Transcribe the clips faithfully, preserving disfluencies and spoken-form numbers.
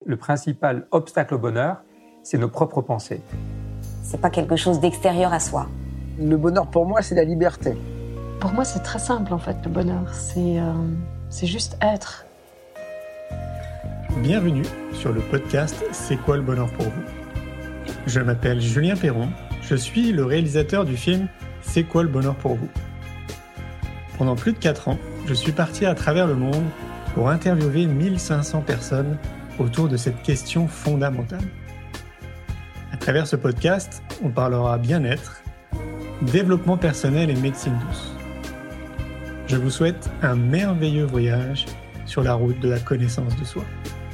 le principal obstacle au bonheur, c'est nos propres pensées. C'est pas quelque chose d'extérieur à soi. Le bonheur pour moi, c'est la liberté. Pour moi, c'est très simple en fait, le bonheur. C'est, euh, c'est juste être. Bienvenue sur le podcast C'est quoi le bonheur pour vous ? Je m'appelle Julien Perron, je suis le réalisateur du film C'est quoi le bonheur pour vous ? Pendant plus de quatre ans, je suis parti à travers le monde pour interviewer mille cinq cents personnes autour de cette question fondamentale. À travers ce podcast, on parlera bien-être, développement personnel et médecine douce. Je vous souhaite un merveilleux voyage sur la route de la connaissance de soi.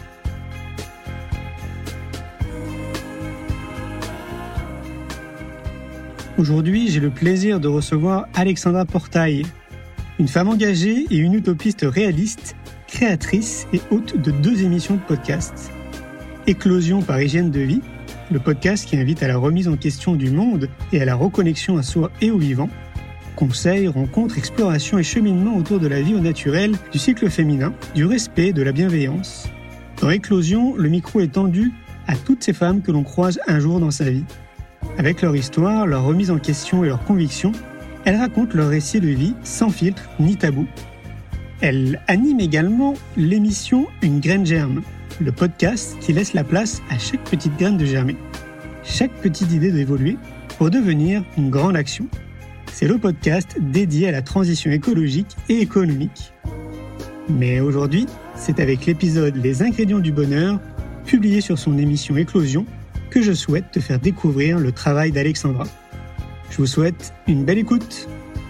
Aujourd'hui, j'ai le plaisir de recevoir Alexandra Portail, une femme engagée et une utopiste réaliste, créatrice et hôte de deux émissions de podcast. Éclosion par hygiène de vie, le podcast qui invite à la remise en question du monde et à la reconnexion à soi et au vivant. Conseils, rencontres, explorations et cheminements autour de la vie au naturel, du cycle féminin, du respect, de la bienveillance. Dans Éclosion, le micro est tendu à toutes ces femmes que l'on croise un jour dans sa vie. Avec leur histoire, leur remise en question et leurs convictions, elles racontent leur récit de vie sans filtre ni tabou. Elles animent également l'émission Une graine germe, le podcast qui laisse la place à chaque petite graine de germer, chaque petite idée d'évoluer pour devenir une grande action. C'est le podcast dédié à la transition écologique et économique. Mais aujourd'hui, c'est avec l'épisode Les ingrédients du bonheur, publié sur son émission Éclosion, que je souhaite te faire découvrir le travail d'Alexandra. Je vous souhaite une belle écoute.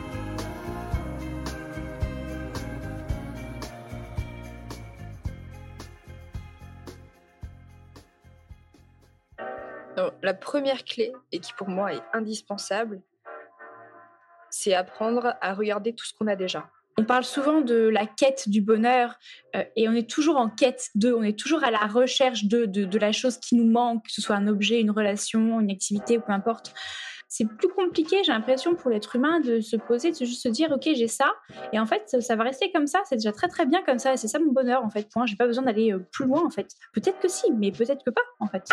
Alors, la première clé, et qui pour moi est indispensable, c'est apprendre à regarder tout ce qu'on a déjà. On parle souvent de la quête du bonheur euh, et on est toujours en quête de, on est toujours à la recherche de, de, de la chose qui nous manque, que ce soit un objet, une relation, une activité ou peu importe. C'est plus compliqué, j'ai l'impression, pour l'être humain de se poser, de juste se dire « Ok, j'ai ça » et en fait, ça va rester comme ça, c'est déjà très très bien comme ça et c'est ça mon bonheur en fait. Point. J'ai pas besoin d'aller plus loin en fait. Peut-être que si, mais peut-être que pas en fait.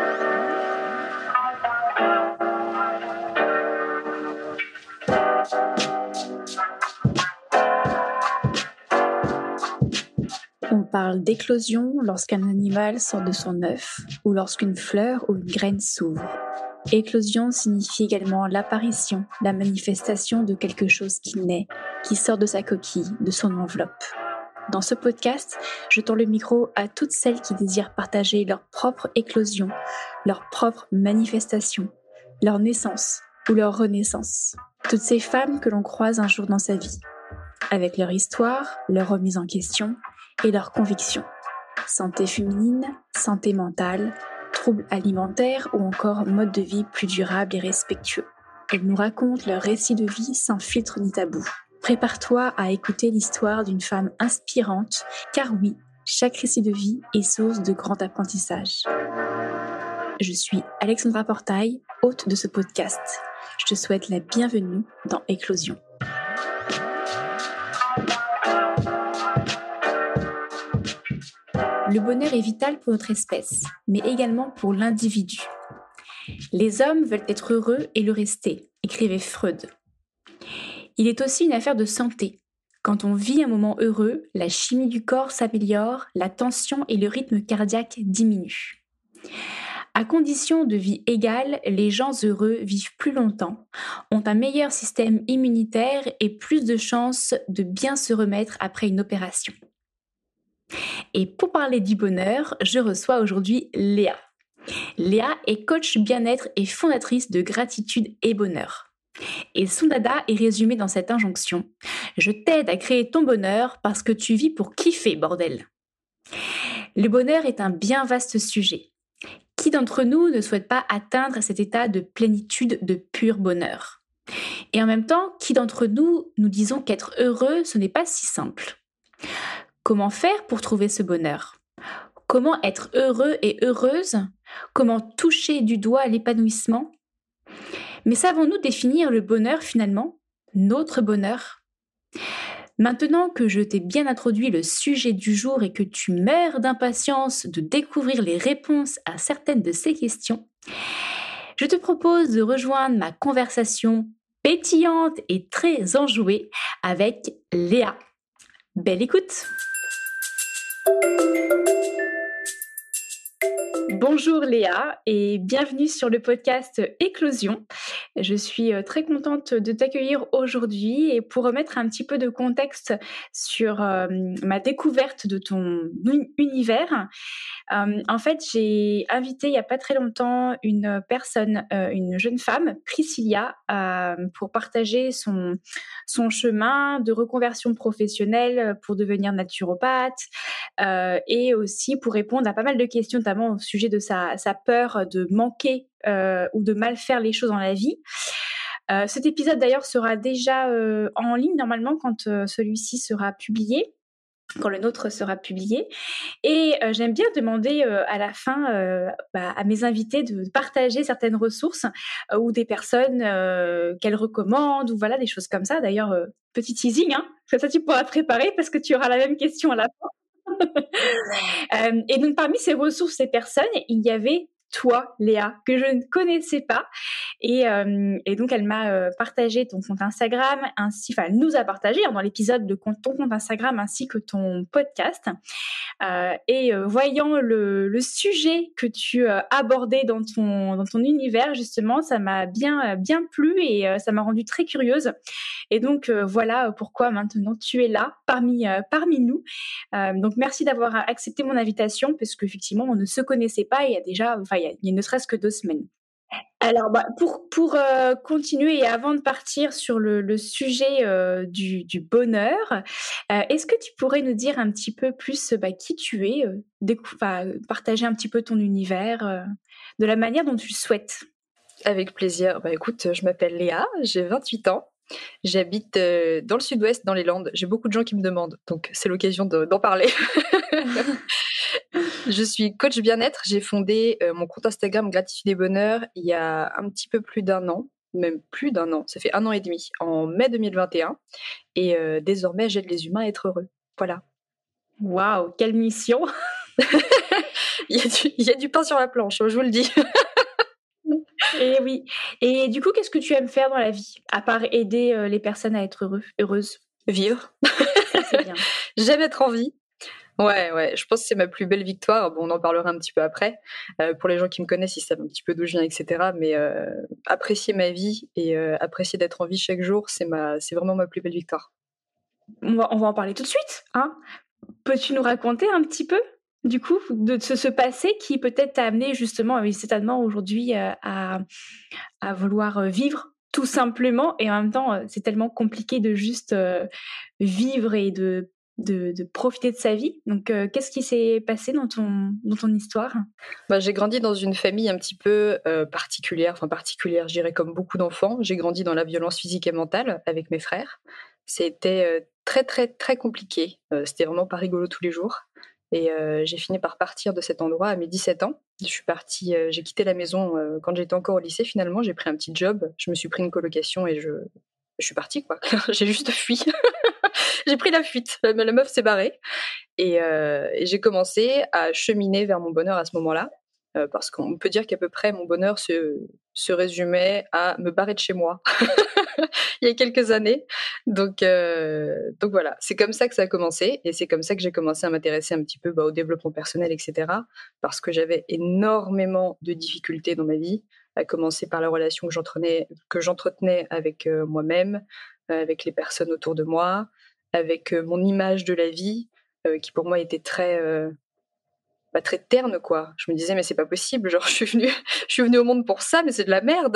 On parle d'éclosion lorsqu'un animal sort de son œuf ou lorsqu'une fleur ou une graine s'ouvre. Éclosion signifie également l'apparition, la manifestation de quelque chose qui naît, qui sort de sa coquille, de son enveloppe. Dans ce podcast, je tends le micro à toutes celles qui désirent partager leur propre éclosion, leur propre manifestation, leur naissance ou leur renaissance. Toutes ces femmes que l'on croise un jour dans sa vie, avec leur histoire, leur remise en question et leurs convictions. Santé féminine, santé mentale, troubles alimentaires ou encore mode de vie plus durable et respectueux. Elles nous racontent leur récit de vie sans filtre ni tabou. Prépare-toi à écouter l'histoire d'une femme inspirante, car oui, chaque récit de vie est source de grand apprentissage. Je suis Alexandra Portail, hôte de ce podcast. Je te souhaite la bienvenue dans Éclosion. Le bonheur est vital pour notre espèce, mais également pour l'individu. Les hommes veulent être heureux et le rester, écrivait Freud. Il est aussi une affaire de santé. Quand on vit un moment heureux, la chimie du corps s'améliore, la tension et le rythme cardiaque diminuent. À condition de vie égale, les gens heureux vivent plus longtemps, ont un meilleur système immunitaire et plus de chances de bien se remettre après une opération. Et pour parler du bonheur, je reçois aujourd'hui Léa. Léa est coach bien-être et fondatrice de Gratitude et Bonheur. Et son dada est résumé dans cette injonction. Je t'aide à créer ton bonheur parce que tu vis pour kiffer, bordel. Le bonheur est un bien vaste sujet. Qui d'entre nous ne souhaite pas atteindre cet état de plénitude, de pur bonheur ? Et en même temps, qui d'entre nous nous disons qu'être heureux, ce n'est pas si simple ? Comment faire pour trouver ce bonheur ? Comment être heureux et heureuse ? Comment toucher du doigt l'épanouissement ? Mais savons-nous définir le bonheur finalement ? Notre bonheur ? Maintenant que je t'ai bien introduit le sujet du jour et que tu meurs d'impatience de découvrir les réponses à certaines de ces questions, je te propose de rejoindre ma conversation pétillante et très enjouée avec Léa. Belle écoute! Bonjour Léa et bienvenue sur le podcast Éclosion. Je suis très contente de t'accueillir aujourd'hui et pour remettre un petit peu de contexte sur euh, ma découverte de ton univers. Euh, en fait, j'ai invité il n'y a pas très longtemps une personne, euh, une jeune femme, Priscilla, euh, pour partager son, son chemin de reconversion professionnelle pour devenir naturopathe euh, et aussi pour répondre à pas mal de questions, notamment au sujet de sa, sa peur de manquer euh, ou de mal faire les choses dans la vie. Euh, cet épisode d'ailleurs sera déjà euh, en ligne normalement quand euh, celui-ci sera publié, quand le nôtre sera publié. Et euh, j'aime bien demander euh, à la fin euh, bah, à mes invités de partager certaines ressources euh, ou des personnes euh, qu'elles recommandent ou voilà des choses comme ça. D'ailleurs, euh, petit teasing, hein, comme ça tu pourras te préparer parce que tu auras la même question à la fin. euh, et donc parmi ces ressources, ces personnes, il y avait toi, Léa, que je ne connaissais pas. Et, euh, et donc, elle m'a euh, partagé ton compte Instagram, ainsi, enfin, elle nous a partagé hein, dans l'épisode de ton compte Instagram ainsi que ton podcast. Euh, et euh, voyant le, le sujet que tu euh, abordais dans ton, dans ton univers, justement, ça m'a bien, bien plu et euh, ça m'a rendue très curieuse. Et donc, euh, voilà pourquoi maintenant tu es là, parmi, euh, parmi nous. Euh, donc, merci d'avoir accepté mon invitation, parce qu'effectivement, on ne se connaissait pas il y a déjà, enfin, il y a, il y a ne serait-ce que deux semaines. Alors, bah, pour, pour euh, continuer et avant de partir sur le, le sujet euh, du, du bonheur, euh, est-ce que tu pourrais nous dire un petit peu plus bah, qui tu es, euh, décou- partager un petit peu ton univers euh, de la manière dont tu le souhaites? Avec plaisir. Bah, écoute, je m'appelle Léa, j'ai vingt-huit ans. J'habite euh, dans le sud-ouest, dans les Landes. J'ai beaucoup de gens qui me demandent, donc c'est l'occasion de, d'en parler. Je suis coach bien-être. J'ai fondé euh, mon compte Instagram Gratitude et Bonheur il y a un petit peu plus d'un an, même plus d'un an. Ça fait un an et demi, en mai deux mille vingt et un. Et euh, désormais, j'aide les humains à être heureux. Voilà. Waouh, quelle mission! il, y a du, il y a du pain sur la planche, je vous le dis. Et oui. Et du coup, qu'est-ce que tu aimes faire dans la vie, à part aider euh, les personnes à être heureux, heureuses? Vivre. Ça, c'est bien. J'aime être en vie. Ouais, ouais, je pense que c'est ma plus belle victoire. Bon, on en parlera un petit peu après. Euh, pour les gens qui me connaissent, ils savent un petit peu d'où je viens, et cetera. Mais euh, apprécier ma vie et euh, apprécier d'être en vie chaque jour, c'est, ma, c'est vraiment ma plus belle victoire. On va, on va en parler tout de suite. Hein. Peux-tu nous raconter un petit peu, du coup, de ce, ce passé qui peut-être t'a amené justement, oui, certainement aujourd'hui, euh, à, à vouloir vivre tout simplement. Et en même temps, c'est tellement compliqué de juste euh, vivre et de De, de profiter de sa vie. Donc, euh, qu'est-ce qui s'est passé dans ton, dans ton histoire? Bah, j'ai grandi dans une famille un petit peu euh, particulière, enfin particulière, je dirais comme beaucoup d'enfants. J'ai grandi dans la violence physique et mentale avec mes frères. C'était euh, très, très, très compliqué. Euh, c'était vraiment pas rigolo tous les jours. Et euh, j'ai fini par partir de cet endroit à mes dix-sept ans. Je suis partie, euh, j'ai quitté la maison euh, quand j'étais encore au lycée. Finalement, j'ai pris un petit job. Je me suis pris une colocation et je, je suis partie, quoi. J'ai juste fui. J'ai pris la fuite, la, la meuf s'est barrée et, euh, et j'ai commencé à cheminer vers mon bonheur à ce moment-là euh, parce qu'on peut dire qu'à peu près mon bonheur se, se résumait à me barrer de chez moi il y a quelques années. Donc, euh, donc voilà, c'est comme ça que ça a commencé et c'est comme ça que j'ai commencé à m'intéresser un petit peu bah, au développement personnel, et cetera. Parce que j'avais énormément de difficultés dans ma vie, à commencer par la relation que j'entretenais, que j'entretenais avec euh, moi-même, euh, avec les personnes autour de moi, avec euh, mon image de la vie, euh, qui pour moi était très, euh, bah, très terne, quoi. Je me disais, mais c'est pas possible, genre, je suis venue, je suis venue au monde pour ça, mais c'est de la merde.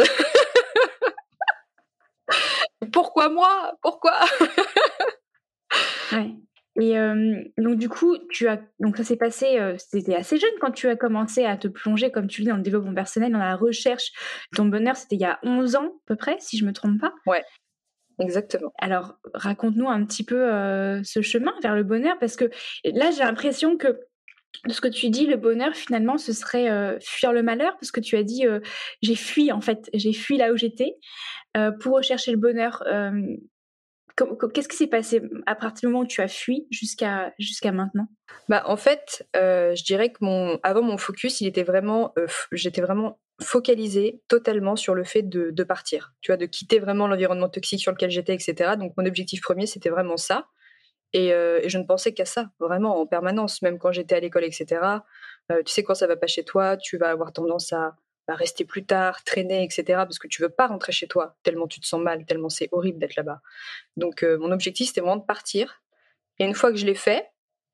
Pourquoi moi? Pourquoi? Ouais. Et euh, donc du coup, tu as donc ça s'est passé, euh, c'était assez jeune quand tu as commencé à te plonger, comme tu dis, dans le développement personnel, dans la recherche de ton bonheur. C'était il y a onze ans à peu près, si je me trompe pas. Ouais. Exactement. Alors, raconte-nous un petit peu euh, ce chemin vers le bonheur, parce que là, j'ai l'impression que de ce que tu dis, le bonheur, finalement, ce serait euh, fuir le malheur, parce que tu as dit, euh, j'ai fui, en fait, j'ai fui là où j'étais euh, pour rechercher le bonheur. Euh, Qu'est-ce qui s'est passé à partir du moment où tu as fui jusqu'à, jusqu'à maintenant? Bah, en fait, euh, je dirais que mon, avant mon focus, il était vraiment, euh, f- j'étais vraiment focalisée totalement sur le fait de, de partir, tu vois, de quitter vraiment l'environnement toxique sur lequel j'étais, et cetera. Donc mon objectif premier, c'était vraiment ça. Et, euh, et je ne pensais qu'à ça, vraiment en permanence, même quand j'étais à l'école, et cetera. Euh, tu sais, quand ça va pas chez toi, tu vas avoir tendance à, à rester plus tard, traîner, et cetera. Parce que tu veux pas rentrer chez toi, tellement tu te sens mal, tellement c'est horrible d'être là-bas. Donc euh, mon objectif, c'était vraiment de partir. Et une fois que je l'ai fait,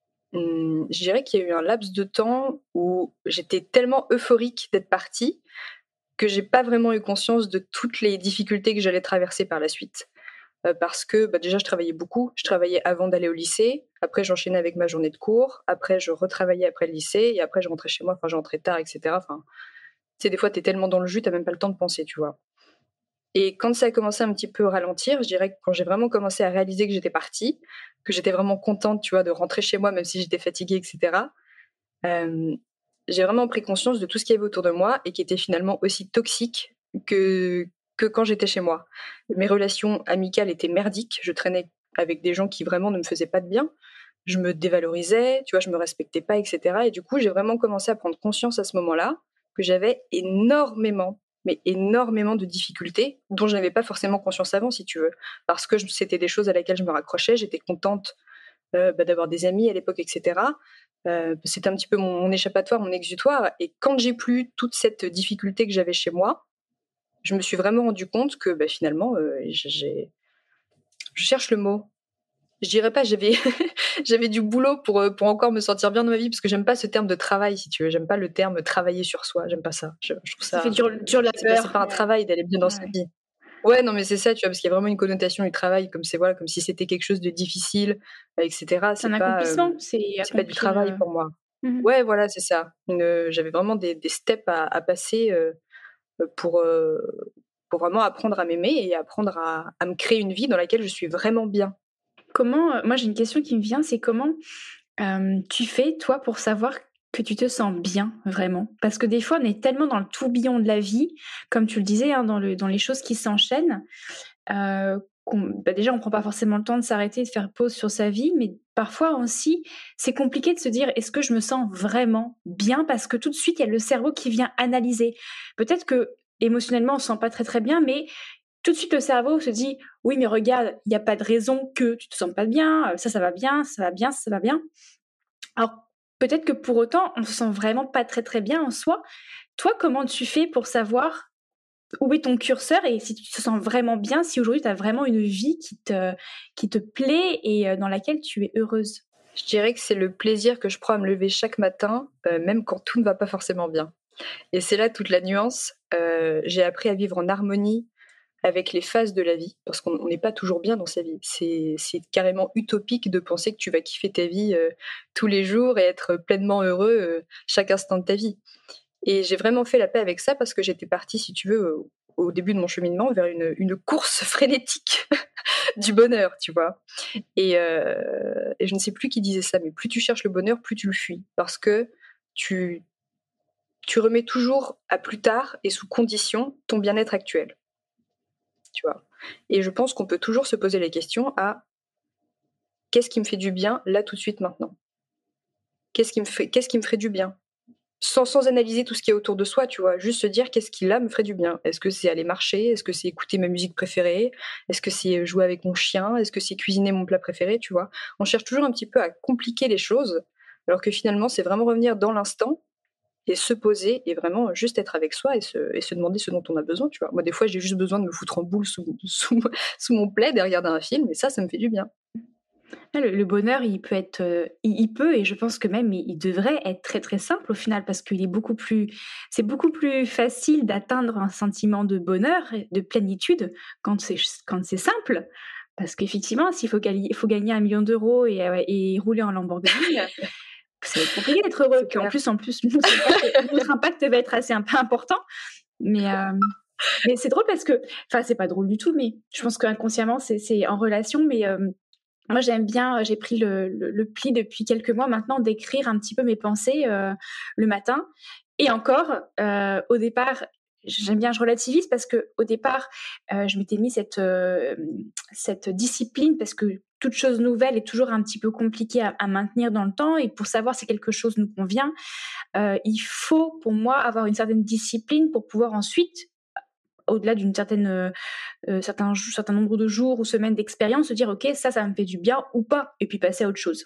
hum, je dirais qu'il y a eu un laps de temps où j'étais tellement euphorique d'être partie que j'ai pas vraiment eu conscience de toutes les difficultés que j'allais traverser par la suite. Euh, parce que bah, déjà, je travaillais beaucoup. Je travaillais avant d'aller au lycée. Après, j'enchaînais avec ma journée de cours. Après, je retravaillais après le lycée. Et après, je rentrais chez moi. Enfin, je rentrais tard, et cetera. Enfin, tu sais, des fois, t'es tellement dans le jus, t'as même pas le temps de penser, tu vois. Et quand ça a commencé un petit peu à ralentir, je dirais que quand j'ai vraiment commencé à réaliser que j'étais partie, que j'étais vraiment contente, tu vois, de rentrer chez moi, même si j'étais fatiguée, et cetera, euh, j'ai vraiment pris conscience de tout ce qu'il y avait autour de moi et qui était finalement aussi toxique que, que quand j'étais chez moi. Mes relations amicales étaient merdiques. Je traînais avec des gens qui vraiment ne me faisaient pas de bien. Je me dévalorisais, tu vois, je me respectais pas, et cetera. Et du coup, j'ai vraiment commencé à prendre conscience à ce moment-là que j'avais énormément, mais énormément de difficultés dont je n'avais pas forcément conscience avant, si tu veux. Parce que je- c'était des choses à laquelle je me raccrochais. J'étais contente euh, bah, d'avoir des amis à l'époque, et cetera. Euh, c'était un petit peu mon, mon échappatoire, mon exutoire. Et quand j'ai plus toute cette difficulté que j'avais chez moi, je me suis vraiment rendu compte que bah, finalement, euh, j'ai... je cherche le mot. Je dirais pas j'avais j'avais du boulot pour euh, pour encore me sentir bien dans ma vie parce que j'aime pas ce terme de travail, si tu veux. J'aime pas le terme travailler sur soi. J'aime pas ça. Je, je trouve Ça ça. fait dur, dur la C'est pas, c'est peur. pas un travail d'aller bien dans Ouais. sa vie. Ouais, non, mais c'est ça, tu vois, parce qu'il y a vraiment une connotation du travail, comme c'est voilà, comme si c'était quelque chose de difficile, euh, et cetera. C'est C'est un pas, accomplissement. euh, C'est c'est pas du accomplir. travail euh, pour moi. mhm. Ouais, voilà, c'est ça. Une- j'avais vraiment des, des steps à, à passer euh, pour, euh, pour vraiment apprendre à m'aimer et apprendre à, à me créer une vie dans laquelle je suis vraiment bien. Comment, euh, moi j'ai une question qui me vient, c'est comment euh, tu fais toi pour savoir que tu te sens bien vraiment? Parce que des fois on est tellement dans le tourbillon de la vie, comme tu le disais, hein, dans, le, dans les choses qui s'enchaînent, euh, qu'on, bah déjà on prend pas forcément le temps de s'arrêter, de faire pause sur sa vie, mais parfois aussi c'est compliqué de se dire est-ce que je me sens vraiment bien parce que tout de suite il y a le cerveau qui vient analyser. Peut-être que émotionnellement on se sent pas très très bien, mais tout de suite le cerveau se dit oui mais regarde, il n'y a pas de raison que tu te sens pas bien, ça ça va bien, ça va bien, ça va bien. Alors peut-être que pour autant on se sent vraiment pas très très bien en soi. Toi comment tu fais pour savoir où est ton curseur et si tu te sens vraiment bien, si aujourd'hui tu as vraiment une vie qui te, qui te plaît et dans laquelle tu es heureuse? Je dirais que c'est le plaisir que je prends à me lever chaque matin, euh, même quand tout ne va pas forcément bien. Et c'est là toute la nuance. Euh, j'ai appris à vivre en harmonie avec les phases de la vie, parce qu'on n'est pas toujours bien dans sa vie. C'est, c'est carrément utopique de penser que tu vas kiffer ta vie euh, tous les jours et être pleinement heureux euh, chaque instant de ta vie. Et j'ai vraiment fait la paix avec ça parce que j'étais partie, si tu veux, au, au début de mon cheminement, vers une, une course frénétique du bonheur, tu vois. Et, euh, et je ne sais plus qui disait ça, mais plus tu cherches le bonheur, plus tu le fuis. Parce que tu, tu remets toujours à plus tard et sous condition ton bien-être actuel. Tu vois. Et je pense qu'on peut toujours se poser la question à qu'est-ce qui me fait du bien là tout de suite maintenant? Qu'est-ce qui me fait, qu'est-ce qui me ferait du bien? Sans, sans analyser tout ce qui est autour de soi, tu vois, juste se dire qu'est-ce qui là me ferait du bien. Est-ce que c'est aller marcher? Est-ce que c'est écouter ma musique préférée? Est-ce que c'est jouer avec mon chien? Est-ce que c'est cuisiner mon plat préféré? Tu vois, on cherche toujours un petit peu à compliquer les choses, alors que finalement c'est vraiment revenir dans l'instant et se poser et vraiment juste être avec soi et se, et se demander ce dont on a besoin, tu vois. Moi des fois j'ai juste besoin de me foutre en boule sous, sous, sous mon plaid et regarder un film et ça, ça me fait du bien. Le, le bonheur, il peut être, euh, il, il peut, et je pense que même il, il devrait être très très simple au final, parce qu'il est beaucoup plus, c'est beaucoup plus facile d'atteindre un sentiment de bonheur, de plénitude quand c'est quand c'est simple, parce qu'effectivement, s'il faut gagner, il faut gagner un million d'euros et, et rouler en Lamborghini, c'est compliqué d'être heureux. Puis en plus, en plus, notre impact, notre impact va être assez un peu important, mais. Euh, mais c'est drôle parce que, enfin, c'est pas drôle du tout, mais je pense qu'inconsciemment, c'est, c'est en relation, mais euh, moi, j'aime bien, j'ai pris le, le, le pli depuis quelques mois maintenant d'écrire un petit peu mes pensées euh, le matin. Et encore, euh, au départ, j'aime bien, je relativise parce que au départ, euh, je m'étais mis cette euh, cette discipline parce que toute chose nouvelle est toujours un petit peu compliquée à, à maintenir dans le temps, et pour savoir si quelque chose nous convient, euh, il faut pour moi avoir une certaine discipline pour pouvoir ensuite, au-delà d'une certaine euh, euh, certain certain nombre de jours ou semaines d'expérience, se dire ok, ça ça me fait du bien ou pas, et puis passer à autre chose.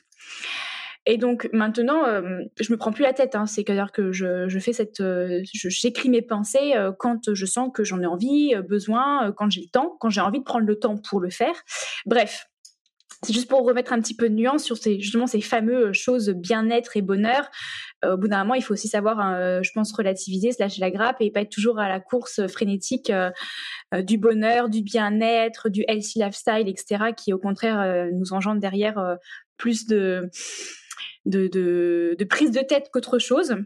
Et donc maintenant, euh, je me prends plus la tête. Hein. C'est-à-dire que je, je fais cette, euh, je, j'écris mes pensées euh, quand je sens que j'en ai envie, euh, besoin, euh, quand j'ai le temps, quand j'ai envie de prendre le temps pour le faire. Bref, c'est juste pour remettre un petit peu de nuance sur ces, justement ces fameuses choses bien-être et bonheur. Euh, au bout d'un moment, il faut aussi savoir, euh, je pense, relativiser, se lâcher la grappe et pas être toujours à la course frénétique euh, euh, du bonheur, du bien-être, du healthy lifestyle, et cetera, qui au contraire euh, nous engendre derrière euh, plus de De, de, de prise de tête qu'autre chose.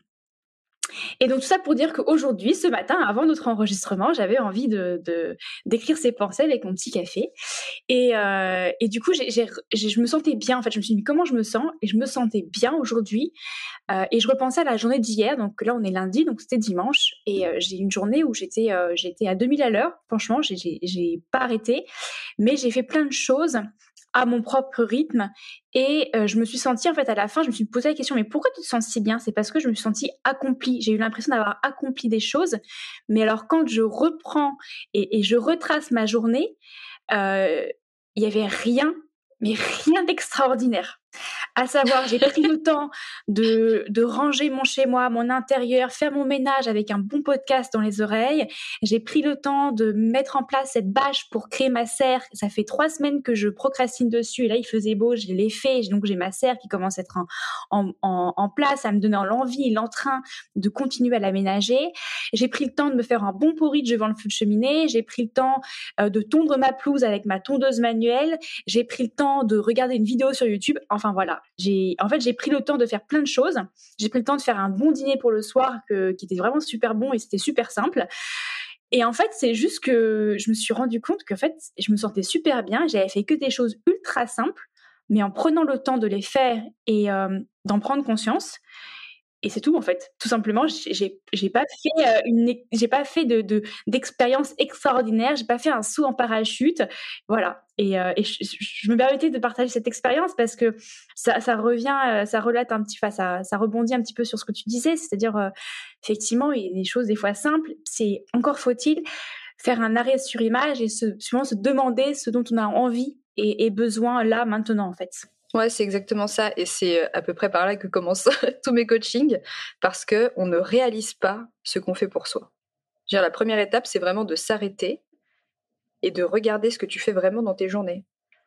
Et donc tout ça pour dire qu'aujourd'hui, ce matin, avant notre enregistrement, j'avais envie de, de d'écrire ces pensées avec mon petit café. Et, euh, et du coup, j'ai, j'ai, j'ai, je me sentais bien. En fait, je me suis dit comment je me sens, et je me sentais bien aujourd'hui. Euh, et je repensais à la journée d'hier. Donc là, on est lundi, donc c'était dimanche. Et euh, j'ai une journée où j'étais, euh, j'étais à deux mille à l'heure. Franchement, j'ai, j'ai, j'ai pas arrêté, mais j'ai fait plein de choses à mon propre rythme, et euh, je me suis sentie, en fait, à la fin, je me suis posé la question, mais pourquoi tu te sens si bien ? C'est parce que je me suis sentie accomplie, j'ai eu l'impression d'avoir accompli des choses, mais alors quand je reprends et, et je retrace ma journée, euh, il y avait rien, mais rien d'extraordinaire. À savoir, j'ai pris le temps de, de ranger mon chez-moi, mon intérieur, faire mon ménage avec un bon podcast dans les oreilles. J'ai pris le temps de mettre en place cette bâche pour créer ma serre. Ça fait trois semaines que je procrastine dessus, et là, il faisait beau, je l'ai fait. Donc, j'ai ma serre qui commence à être en, en, en, en place, à me donner l'envie et l'entrain de continuer à l'aménager. J'ai pris le temps de me faire un bon porridge devant le feu de cheminée. J'ai pris le temps euh, de tondre ma pelouse avec ma tondeuse manuelle. J'ai pris le temps de regarder une vidéo sur YouTube. Enfin, voilà. J'ai, en fait, j'ai pris le temps de faire plein de choses. J'ai pris le temps de faire un bon dîner pour le soir que, qui était vraiment super bon, et c'était super simple. Et en fait, c'est juste que je me suis rendu compte qu'en fait, je me sentais super bien. J'avais fait que des choses ultra simples, mais en prenant le temps de les faire et euh, d'en prendre conscience. Et c'est tout, en fait. Tout simplement, j'ai, j'ai, j'ai pas fait euh, une, j'ai pas fait de, de, d'expérience extraordinaire. J'ai pas fait un saut en parachute. Voilà. Et, euh, et je, je me permettais de partager cette expérience parce que ça, ça revient, euh, ça relate un petit, enfin, ça, ça rebondit un petit peu sur ce que tu disais. C'est-à-dire, euh, effectivement, il y a des choses des fois simples. C'est encore faut-il faire un arrêt sur image et se, souvent se demander ce dont on a envie et, et besoin là, maintenant, en fait. Ouais, c'est exactement ça, et c'est à peu près par là que commencent tous mes coachings, parce que on ne réalise pas ce qu'on fait pour soi. Je veux dire, la première étape, c'est vraiment de s'arrêter et de regarder ce que tu fais vraiment dans tes journées.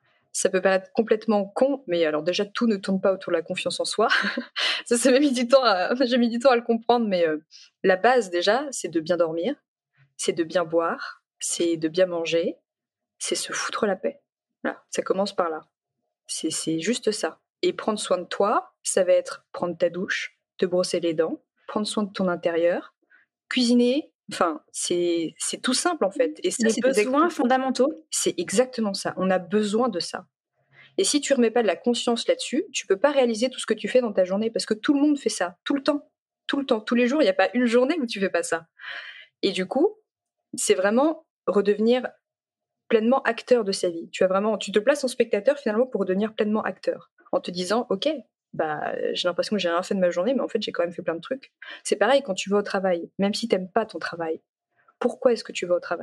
Ça peut paraître complètement con, mais alors déjà tout ne tourne pas autour de la confiance en soi. Ça, ça m'a mis du temps à, j'ai mis du temps à le comprendre, mais euh, la base déjà, c'est de bien dormir, c'est de bien boire, c'est de bien manger, c'est se foutre la paix. Voilà, ça commence par là. C'est, c'est juste ça. Et prendre soin de toi, ça va être prendre ta douche, te brosser les dents, prendre soin de ton intérieur, cuisiner. Enfin, c'est, c'est tout simple, en fait. Et ça, les c'est besoins des... fondamentaux. C'est exactement ça. On a besoin de ça. Et si tu remets pas de la conscience là-dessus, tu peux pas réaliser tout ce que tu fais dans ta journée, parce que tout le monde fait ça, tout le temps. Tout le temps, tous les jours, il n'y a pas une journée où tu fais pas ça. Et du coup, c'est vraiment redevenir pleinement acteur de sa vie. Tu as vraiment, tu te places en spectateur finalement pour devenir pleinement acteur, en te disant, ok, bah j'ai l'impression que j'ai rien fait de ma journée, mais en fait j'ai quand même fait plein de trucs. C'est pareil quand tu vas au travail, même si t'aimes pas ton travail. Pourquoi est-ce que tu vas au travail ?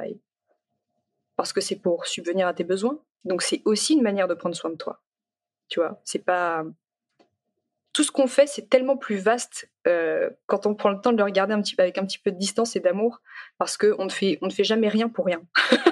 Parce que c'est pour subvenir à tes besoins. Donc c'est aussi une manière de prendre soin de toi. Tu vois, c'est pas tout ce qu'on fait, c'est tellement plus vaste euh, quand on prend le temps de le regarder un petit peu avec un petit peu de distance et d'amour, parce que on ne fait, on ne fait jamais rien pour rien.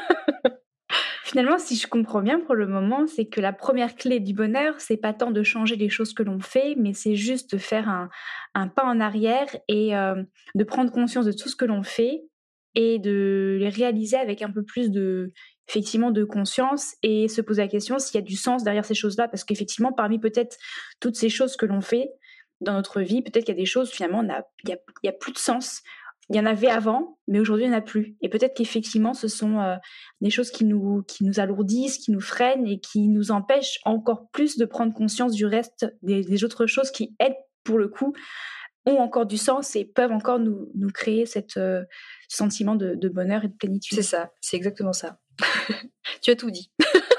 Finalement, si je comprends bien pour le moment, c'est que la première clé du bonheur, c'est pas tant de changer les choses que l'on fait, mais c'est juste de faire un, un pas en arrière et euh, de prendre conscience de tout ce que l'on fait et de les réaliser avec un peu plus de, effectivement, de conscience, et se poser la question s'il y a du sens derrière ces choses-là, parce qu'effectivement, parmi peut-être toutes ces choses que l'on fait dans notre vie, peut-être qu'il y a des choses, finalement, il n'y a, y a plus de sens. Il y en avait avant, mais aujourd'hui, il n'y en a plus. Et peut-être qu'effectivement, ce sont euh, des choses qui nous, qui nous alourdissent, qui nous freinent et qui nous empêchent encore plus de prendre conscience du reste des, des autres choses qui, elles, pour le coup, ont encore du sens et peuvent encore nous, nous créer cette, euh, ce sentiment de, de bonheur et de plénitude. C'est ça, c'est exactement ça. Tu as tout dit.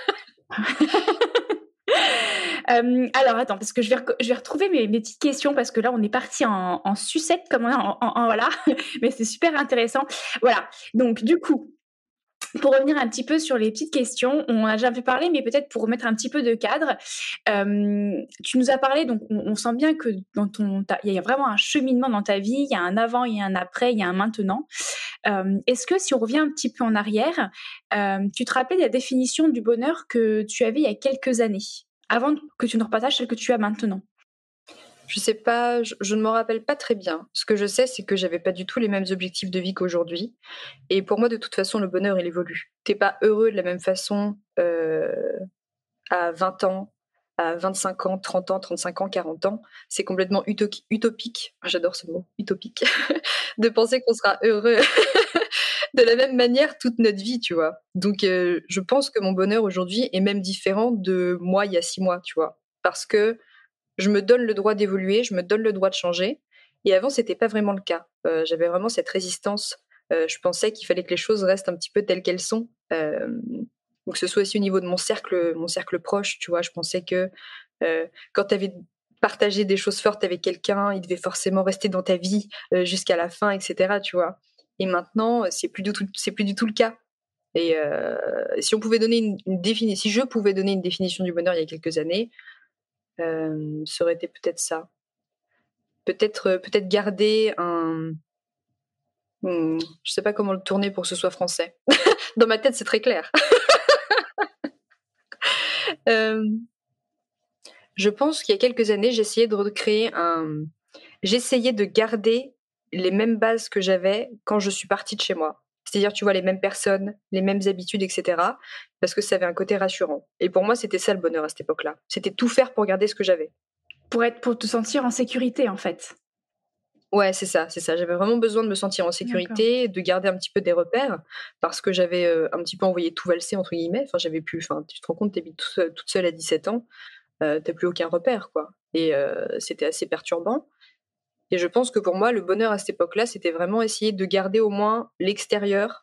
Euh, alors attends, parce que je vais, rec- je vais retrouver mes, mes petites questions, parce que là on est parti en, en sucette, comme on a en, en- en- voilà, mais c'est super intéressant. Voilà, donc du coup, pour revenir un petit peu sur les petites questions, on a déjà un peu parlé, mais peut-être pour remettre un petit peu de cadre, euh, tu nous as parlé, donc on, on sent bien que dans ton, ta- il y a vraiment un cheminement dans ta vie, il y a un avant, il y a un après, il y a un maintenant. Euh, est-ce que si on revient un petit peu en arrière, euh, tu te rappelles de la définition du bonheur que tu avais il y a quelques années, avant que tu nous repartages celle que tu as maintenant? Je sais pas, je, je ne me rappelle pas très bien. Ce que je sais, c'est que j'avais pas du tout les mêmes objectifs de vie qu'aujourd'hui. Et pour moi, de toute façon, le bonheur, il évolue. T'es pas heureux de la même façon euh, à vingt ans, à vingt-cinq ans, trente ans, trente-cinq ans, quarante ans. C'est complètement uto- utopique, j'adore ce mot, utopique, de penser qu'on sera heureux de la même manière toute notre vie, tu vois. Donc, euh, je pense que mon bonheur aujourd'hui est même différent de moi il y a six mois, tu vois. Parce que je me donne le droit d'évoluer, je me donne le droit de changer. Et avant, c'était pas vraiment le cas. Euh, j'avais vraiment cette résistance. Euh, je pensais qu'il fallait que les choses restent un petit peu telles qu'elles sont. Euh, ou que ce soit aussi au niveau de mon cercle, mon cercle proche, tu vois. Je pensais que euh, quand tu avais partagé des choses fortes avec quelqu'un, il devait forcément rester dans ta vie euh, jusqu'à la fin, et cetera. Tu vois. Et maintenant, c'est plus du tout, c'est plus du tout le cas. Et euh, si on pouvait donner une, une définition, si je pouvais donner une définition du bonheur il y a quelques années, Euh, ça aurait été peut-être ça. Peut-être, euh, peut-être garder un. Hmm, je sais pas comment le tourner pour que ce soit français. Dans ma tête, c'est très clair. euh, je pense qu'il y a quelques années, j'essayais de recréer un. J'essayais de garder les mêmes bases que j'avais quand je suis partie de chez moi. C'est-à-dire, tu vois, les mêmes personnes, les mêmes habitudes, et cetera. Parce que ça avait un côté rassurant. Et pour moi, c'était ça le bonheur à cette époque-là. C'était tout faire pour garder ce que j'avais. Pour être, pour te sentir en sécurité, en fait. Ouais, c'est ça, c'est ça. J'avais vraiment besoin de me sentir en sécurité, D'accord. de garder un petit peu des repères, parce que j'avais euh, un petit peu envoyé tout valser, entre guillemets. Enfin, j'avais plus, enfin, tu te rends compte, t'habites tout seul, toute seule à dix-sept ans, euh, t'as plus aucun repère, quoi. Et euh, c'était assez perturbant. Et je pense que pour moi, le bonheur à cette époque-là, c'était vraiment essayer de garder au moins l'extérieur,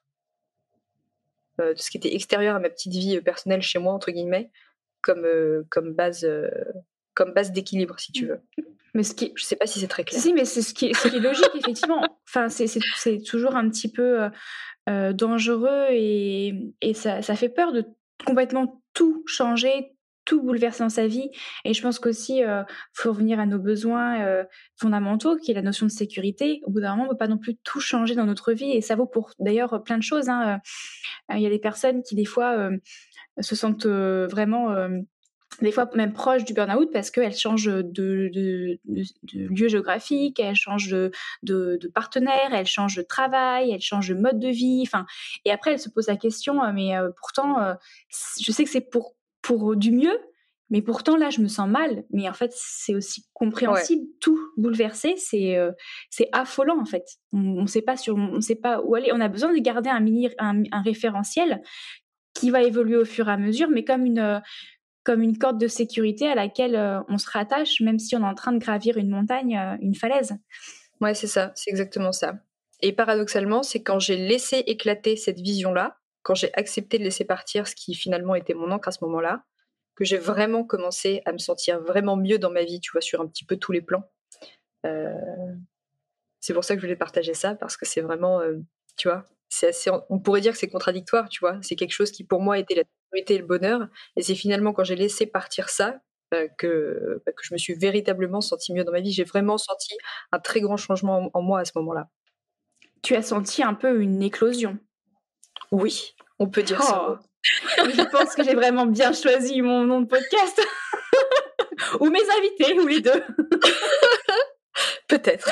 euh, tout ce qui était extérieur à ma petite vie personnelle chez moi, entre guillemets, comme, euh, comme base, euh, comme base d'équilibre, si tu veux. Mais ce qui... Je sais pas si c'est très clair. Si, mais c'est ce qui est, ce qui est logique, effectivement. Enfin, c'est, c'est, c'est toujours un petit peu euh, dangereux et, et ça, ça fait peur de complètement tout changer, tout bouleverser dans sa vie. Et je pense qu'aussi, il euh, faut revenir à nos besoins euh, fondamentaux, qui est la notion de sécurité. Au bout d'un moment, on ne peut pas non plus tout changer dans notre vie. Et ça vaut pour, d'ailleurs, plein de choses. Hein. Il y a des personnes qui, des fois, euh, se sentent euh, vraiment... Euh, des fois même proches du burn-out parce qu'elles changent de, de, de, de lieu géographique, elles changent de, de, de partenaire, elles changent de travail, elles changent de mode de vie. Enfin, et après, elles se posent la question, mais euh, pourtant, euh, je sais que c'est pour, pour du mieux, mais pourtant, là, je me sens mal. Mais en fait, c'est aussi compréhensible, ouais. Tout bouleversé, c'est, euh, c'est affolant, en fait. On ne sait pas sur, on sait pas où aller. On a besoin de garder un, mini, un, un référentiel qui va évoluer au fur et à mesure, mais comme une... comme une corde de sécurité à laquelle euh, on se rattache, même si on est en train de gravir une montagne, euh, une falaise. Ouais, c'est ça, c'est exactement ça. Et paradoxalement, c'est quand j'ai laissé éclater cette vision-là, quand j'ai accepté de laisser partir ce qui finalement était mon encre à ce moment-là, que j'ai vraiment commencé à me sentir vraiment mieux dans ma vie, tu vois, sur un petit peu tous les plans. Euh... C'est pour ça que je voulais partager ça, parce que c'est vraiment, euh, tu vois, c'est assez, on pourrait dire que c'est contradictoire, tu vois, c'est quelque chose qui pour moi était la sécurité et le bonheur, et c'est finalement quand j'ai laissé partir ça euh, que, bah, que je me suis véritablement sentie mieux dans ma vie. J'ai vraiment senti un très grand changement en, en moi à ce moment-là. Tu as senti un peu une éclosion? Oui, on peut dire oh. ça. Je pense que j'ai vraiment bien choisi mon nom de podcast. Ou mes invités, ou les deux. Peut-être.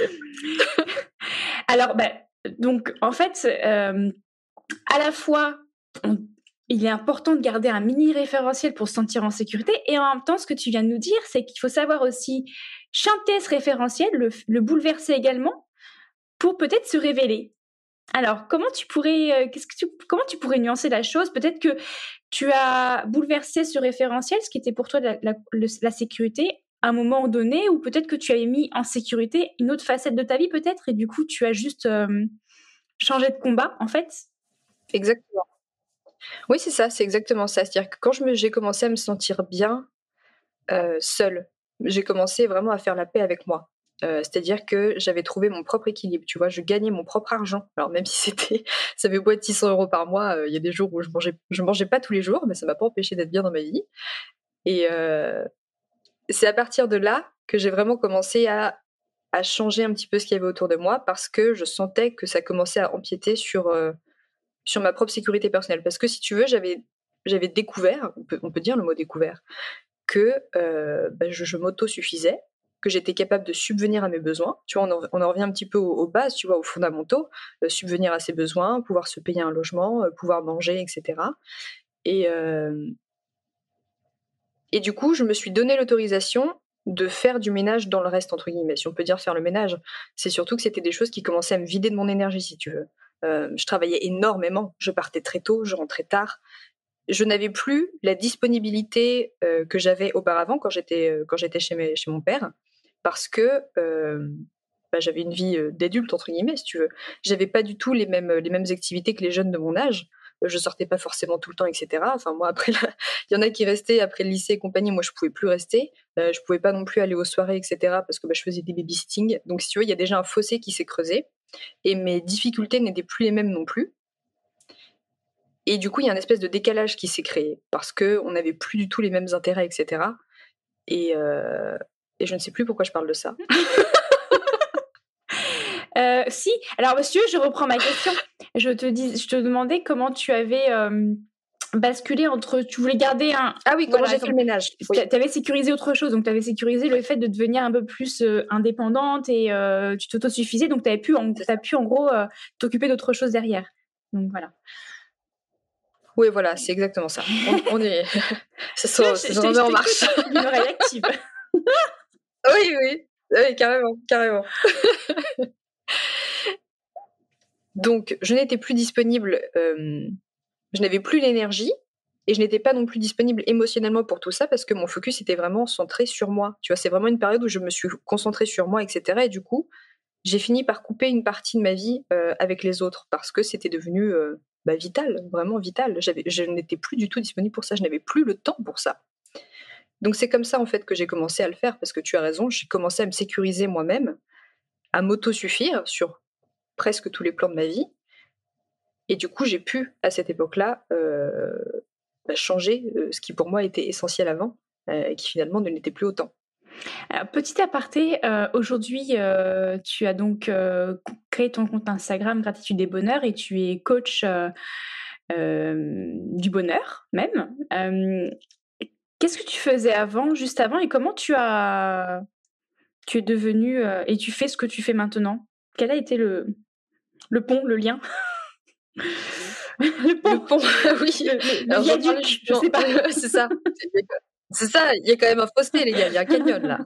Alors, ben, donc, en fait, euh, à la fois, on, il est important de garder un mini référentiel pour se sentir en sécurité, et en même temps, ce que tu viens de nous dire, c'est qu'il faut savoir aussi chanter ce référentiel, le, le bouleverser également, pour peut-être se révéler. Alors, comment tu pourrais, euh, qu'est-ce que tu, comment tu pourrais nuancer la chose? Peut-être que tu as bouleversé ce référentiel, ce qui était pour toi la, la, la, la sécurité, à un moment donné, ou peut-être que tu avais mis en sécurité une autre facette de ta vie, peut-être, et du coup, tu as juste, euh, changer de combat, en fait. Exactement. Oui, c'est ça, c'est exactement ça. C'est-à-dire que quand je me, j'ai commencé à me sentir bien euh, seule, j'ai commencé vraiment à faire la paix avec moi. Euh, c'est-à-dire que j'avais trouvé mon propre équilibre, tu vois, je gagnais mon propre argent. Alors même si c'était, ça avait beau être six cents euros par mois, il euh, y a des jours où je mangeais, je mangeais pas tous les jours, mais ça m'a pas empêché d'être bien dans ma vie. Et euh, c'est à partir de là que j'ai vraiment commencé à, à changer un petit peu ce qu'il y avait autour de moi, parce que je sentais que ça commençait à empiéter sur, euh, sur ma propre sécurité personnelle. Parce que si tu veux, j'avais, j'avais découvert, on peut, on peut dire le mot découvert, que euh, bah, je, je m'auto-suffisais, que j'étais capable de subvenir à mes besoins. Tu vois, on en, on en revient un petit peu aux, aux bases, tu vois, aux fondamentaux, euh, subvenir à ses besoins, pouvoir se payer un logement, euh, pouvoir manger, et cetera. Et, euh, et du coup, je me suis donné l'autorisation de faire du ménage dans le reste, entre guillemets. Si on peut dire faire le ménage, c'est surtout que c'était des choses qui commençaient à me vider de mon énergie, si tu veux. Euh, je travaillais énormément, je partais très tôt, je rentrais tard. Je n'avais plus la disponibilité euh, que j'avais auparavant quand j'étais, euh, quand j'étais chez, mes, chez mon père, parce que euh, bah, j'avais une vie euh, d'adulte, entre guillemets, si tu veux. J'avais pas du tout les mêmes, les mêmes activités que les jeunes de mon âge. Euh, je sortais pas forcément tout le temps, et cetera. Enfin, moi, après, il y en a qui restaient après le lycée et compagnie. Moi, je pouvais plus rester. Euh, je pouvais pas non plus aller aux soirées, et cetera. Parce que bah, je faisais des babysitting. Donc, si tu veux, il y a déjà un fossé qui s'est creusé. Et mes difficultés n'étaient plus les mêmes non plus. Et du coup, il y a une espèce de décalage qui s'est créé parce qu'on n'avait plus du tout les mêmes intérêts, et cetera. Et, euh, et je ne sais plus pourquoi je parle de ça. euh, si, alors monsieur, je reprends ma question. Je te, dis, je te demandais comment tu avais euh, basculé entre... Tu voulais garder un... Ah oui, comment voilà, j'ai fait le ménage. Oui. Tu avais sécurisé autre chose, donc tu avais sécurisé le fait de devenir un peu plus euh, indépendante et euh, tu t'autosuffisais, donc tu as pu, en, t'as pu en gros euh, t'occuper d'autre chose derrière. Donc voilà. Oui, voilà, c'est exactement ça. On, on est... ça se, ça se remet en marche. Une oreille active. oui, oui, oui, carrément, carrément. Donc, je n'étais plus disponible, euh, je n'avais plus l'énergie et je n'étais pas non plus disponible émotionnellement pour tout ça parce que mon focus était vraiment centré sur moi. Tu vois, c'est vraiment une période où je me suis concentrée sur moi, et cetera. Et du coup, j'ai fini par couper une partie de ma vie euh, avec les autres parce que c'était devenu... Euh, Bah, vital, vraiment vital. J'avais, je n'étais plus du tout disponible pour ça, je n'avais plus le temps pour ça. Donc c'est comme ça en fait que j'ai commencé à le faire, parce que tu as raison, j'ai commencé à me sécuriser moi-même, à m'auto-suffire sur presque tous les plans de ma vie. Et du coup, j'ai pu, à cette époque-là, euh, bah, changer euh, ce qui pour moi était essentiel avant, euh, et qui finalement ne l'était plus autant. Alors, petit aparté, euh, aujourd'hui, euh, tu as donc euh, créé ton compte Instagram Gratitude et Bonheur et tu es coach euh, euh, du bonheur même. Euh, qu'est-ce que tu faisais avant, juste avant, et comment tu as, tu es devenu euh, et tu fais ce que tu fais maintenant? Quel a été le, le pont, le lien? Le pont, le pont oui. Le, le, le viaduc, je, je sais pas. C'est ça. C'est ça, il y a quand même un fossé, les gars, il y a un canyon là.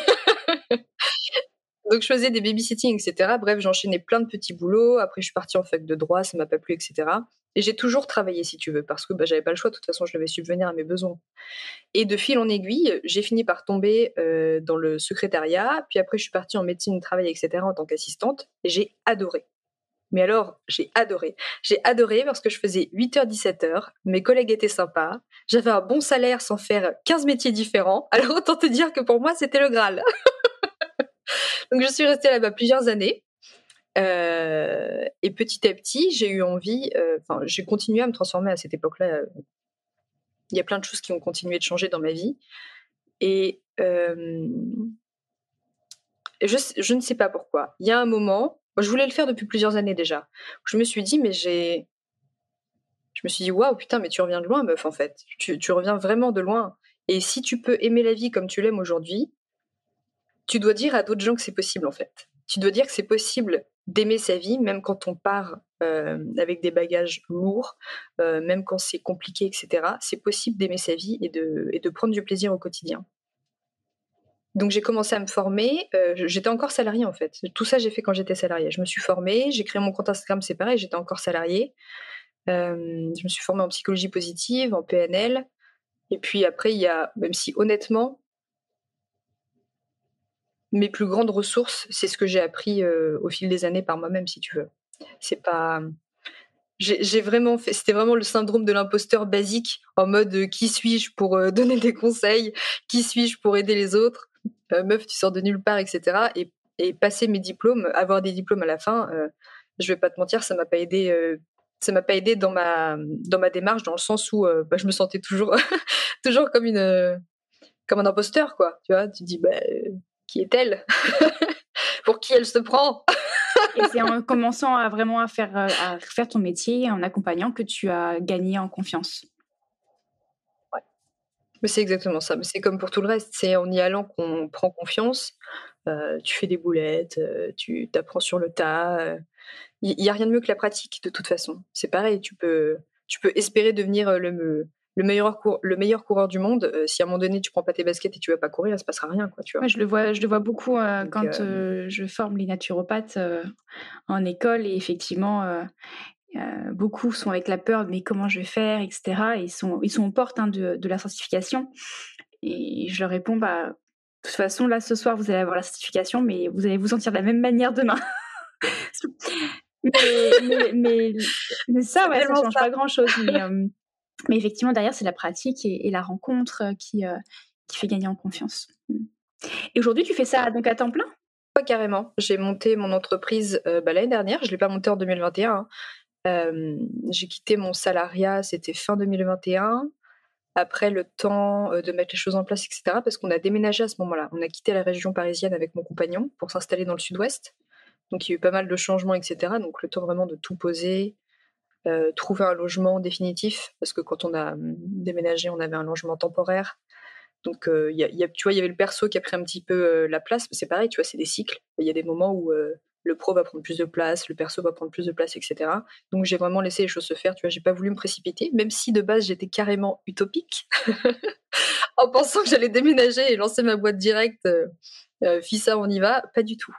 Donc je faisais des babysitting, et cetera. Bref, j'enchaînais plein de petits boulots. Après, je suis partie en fac de droit, ça m'a pas plu, et cetera. Et j'ai toujours travaillé, si tu veux, parce que bah, j'avais pas le choix. De toute façon, je devais subvenir à mes besoins. Et de fil en aiguille, j'ai fini par tomber euh, dans le secrétariat. Puis après, je suis partie en médecine du travail, et cetera, en tant qu'assistante. Et j'ai adoré. Mais alors, j'ai adoré. J'ai adoré parce que je faisais huit heures dix-sept heures, mes collègues étaient sympas, j'avais un bon salaire sans faire quinze métiers différents, alors autant te dire que pour moi, c'était le Graal. Donc je suis restée là-bas plusieurs années, euh, et petit à petit, j'ai eu envie, enfin, euh, j'ai continué à me transformer à cette époque-là. Euh, il y a plein de choses qui ont continué de changer dans ma vie, et euh, je, je ne sais pas pourquoi. Il y a un moment... Je voulais le faire depuis plusieurs années déjà. Je me suis dit, mais j'ai... Je me suis dit, waouh, putain, mais tu reviens de loin, meuf, en fait. Tu, tu reviens vraiment de loin. Et si tu peux aimer la vie comme tu l'aimes aujourd'hui, tu dois dire à d'autres gens que c'est possible, en fait. Tu dois dire que c'est possible d'aimer sa vie, même quand on part euh, avec des bagages lourds, euh, même quand c'est compliqué, et cetera. C'est possible d'aimer sa vie et de, et de prendre du plaisir au quotidien. Donc j'ai commencé à me former, euh, j'étais encore salariée en fait. Tout ça j'ai fait quand j'étais salariée. Je me suis formée, j'ai créé mon compte Instagram, c'est pareil, j'étais encore salariée. Euh, je me suis formée en psychologie positive, en P N L. Et puis après, il y a, même si honnêtement, mes plus grandes ressources, c'est ce que j'ai appris euh, au fil des années par moi-même, si tu veux. C'est pas... J'ai, j'ai vraiment fait... C'était vraiment le syndrome de l'imposteur basique, en mode euh, qui suis-je pour euh, donner des conseils, qui suis-je pour aider les autres, euh, meuf, tu sors de nulle part, et cetera. Et, et passer mes diplômes, avoir des diplômes à la fin, euh, je vais pas te mentir, ça m'a pas aidé... Euh, ça m'a pas aidé dans ma dans ma démarche, dans le sens où euh, bah, je me sentais toujours toujours comme une euh, comme un imposteur, quoi. Tu vois, tu te dis bah euh, qui est-elle pour qui elle se prend. Et c'est en commençant à vraiment à faire à faire ton métier, en accompagnant, que tu as gagné en confiance. Ouais. Mais c'est exactement ça. Mais c'est comme pour tout le reste. C'est en y allant qu'on prend confiance. Euh, tu fais des boulettes, euh, tu t'apprends sur le tas. Euh, Il n'y a rien de mieux que la pratique, de toute façon. C'est pareil, tu peux, tu peux espérer devenir le, le, meilleur, cour, le meilleur coureur du monde. Euh, si à un moment donné, tu prends pas tes baskets et tu vas pas courir, il ne se passera rien, quoi, tu vois. Ouais, je le vois, je le vois beaucoup euh, Donc, quand euh... euh, je forme les naturopathes euh, en école. Et effectivement, euh, euh, beaucoup sont avec la peur, mais comment je vais faire, et cetera. Et ils sont, ils sont aux portes hein, de, de la certification. Et je leur réponds, bah, de toute façon, là, ce soir, vous allez avoir la certification, mais vous allez vous sentir de la même manière demain. mais, mais, mais, mais ça, ouais, ça change ça. Pas grand-chose. Mais, euh, mais effectivement, derrière, c'est la pratique et, et la rencontre qui, euh, qui fait gagner en confiance. Et aujourd'hui, tu fais ça donc à temps plein ? Pas carrément. J'ai monté mon entreprise euh, bah, l'année dernière. Je ne l'ai pas montée en deux mille vingt et un. Hein. Euh, j'ai quitté mon salariat, c'était fin deux mille vingt et un. Après le temps euh, de mettre les choses en place, et cetera. Parce qu'on a déménagé à ce moment-là. On a quitté la région parisienne avec mon compagnon pour s'installer dans le sud-ouest. Donc il y a eu pas mal de changements, et cetera. Donc le temps vraiment de tout poser, euh, trouver un logement définitif, parce que quand on a déménagé, on avait un logement temporaire. Donc euh, y a, y a, tu vois, il y avait le perso qui a pris un petit peu euh, la place. C'est pareil, tu vois, c'est des cycles. Il y a des moments où euh, le pro va prendre plus de place, le perso va prendre plus de place, et cetera. Donc j'ai vraiment laissé les choses se faire. Tu vois, j'ai pas voulu me précipiter, même si de base j'étais carrément utopique, en pensant que j'allais déménager et lancer ma boîte directe. Euh, euh, Fissa, on y va, pas du tout.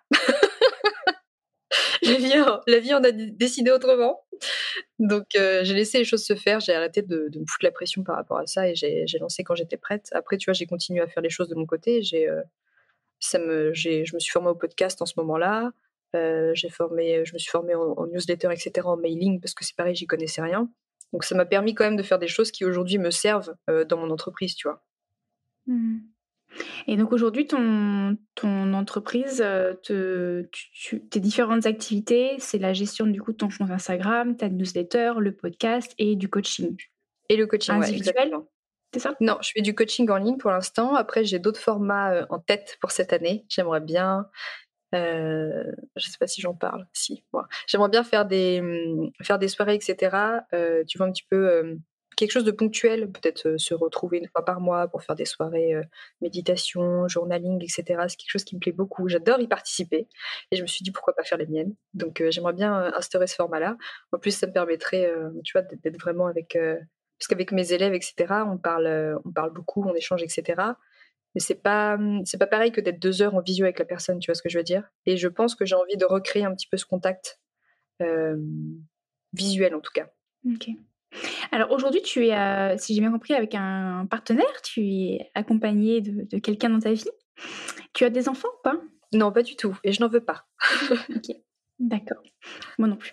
La vie, la vie en a décidé autrement. Donc, euh, j'ai laissé les choses se faire. J'ai arrêté de, de me foutre la pression par rapport à ça et j'ai, j'ai lancé quand j'étais prête. Après, tu vois, j'ai continué à faire les choses de mon côté. J'ai, euh, ça me, j'ai, je me suis formée au podcast en ce moment-là. Euh, j'ai formé, je me suis formée en, en newsletter, et cetera, en mailing, parce que c'est pareil, j'y connaissais rien. Donc, ça m'a permis quand même de faire des choses qui aujourd'hui me servent euh, dans mon entreprise, tu vois. Mmh. Et donc aujourd'hui, ton, ton entreprise, te, tu, tu, tes différentes activités, c'est la gestion du coup de ton compte Instagram, ta newsletter, le podcast et du coaching. Et le coaching individuel, ouais, c'est ça ? Non, je fais du coaching en ligne pour l'instant. Après, j'ai d'autres formats euh, en tête pour cette année. J'aimerais bien, euh, je ne sais pas si j'en parle, si. Ouais. J'aimerais bien faire des, faire des soirées, et cetera. Euh, tu vois un petit peu... Euh, quelque chose de ponctuel, peut-être euh, se retrouver une fois par mois pour faire des soirées euh, méditation, journaling, et cetera. C'est quelque chose qui me plaît beaucoup. J'adore y participer. Et je me suis dit, pourquoi pas faire les miennes. Donc, euh, j'aimerais bien euh, instaurer ce format-là. En plus, ça me permettrait, euh, tu vois, d'être, d'être vraiment avec... Euh, parce qu'avec mes élèves, et cetera, on parle, euh, on parle beaucoup, on échange, et cetera. Mais c'est pas, c'est pas pareil que d'être deux heures en visio avec la personne, tu vois ce que je veux dire ? Et je pense que j'ai envie de recréer un petit peu ce contact euh, visuel, en tout cas. Ok. Alors aujourd'hui, tu es, euh, si j'ai bien compris, avec un partenaire, tu es accompagnée de, de quelqu'un dans ta vie. Tu as des enfants ou pas ? Non, pas du tout. Et je n'en veux pas. Ok, d'accord. Moi non plus.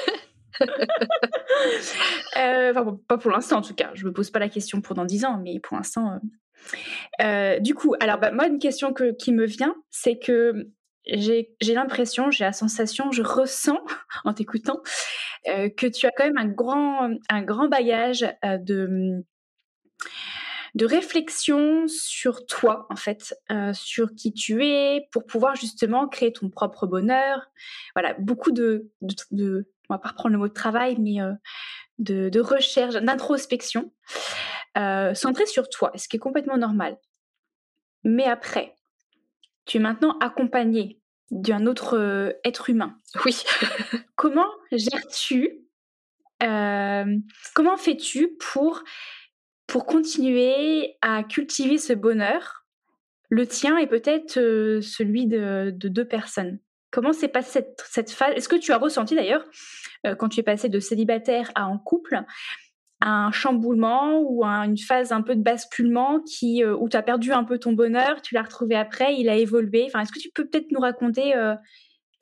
euh, enfin, bon, pas pour l'instant en tout cas. Je me pose pas la question pour dans dix ans, mais pour l'instant. Euh... Euh, du coup, alors bah, moi, une question que, qui me vient, c'est que j'ai, j'ai l'impression, j'ai la sensation, je ressens en t'écoutant euh, que tu as quand même un grand, un grand bagage euh, de, de réflexion sur toi, en fait, euh, sur qui tu es, pour pouvoir justement créer ton propre bonheur. Voilà, beaucoup de, de, de on va pas reprendre le mot de travail, mais euh, de, de recherche, d'introspection, euh, centrée sur toi, ce qui est complètement normal. Mais après, tu es maintenant accompagné d'un autre euh, être humain. Oui. Comment gères-tu, euh, comment fais-tu pour, pour continuer à cultiver ce bonheur, le tien et peut-être euh, celui de, de deux personnes ? Comment s'est passée cette, cette phase ? Est-ce que tu as ressenti d'ailleurs, euh, quand tu es passé de célibataire à en couple, un chamboulement ou un, une phase un peu de basculement qui, euh, où tu as perdu un peu ton bonheur, tu l'as retrouvé après, il a évolué. Enfin, est-ce que tu peux peut-être nous raconter euh,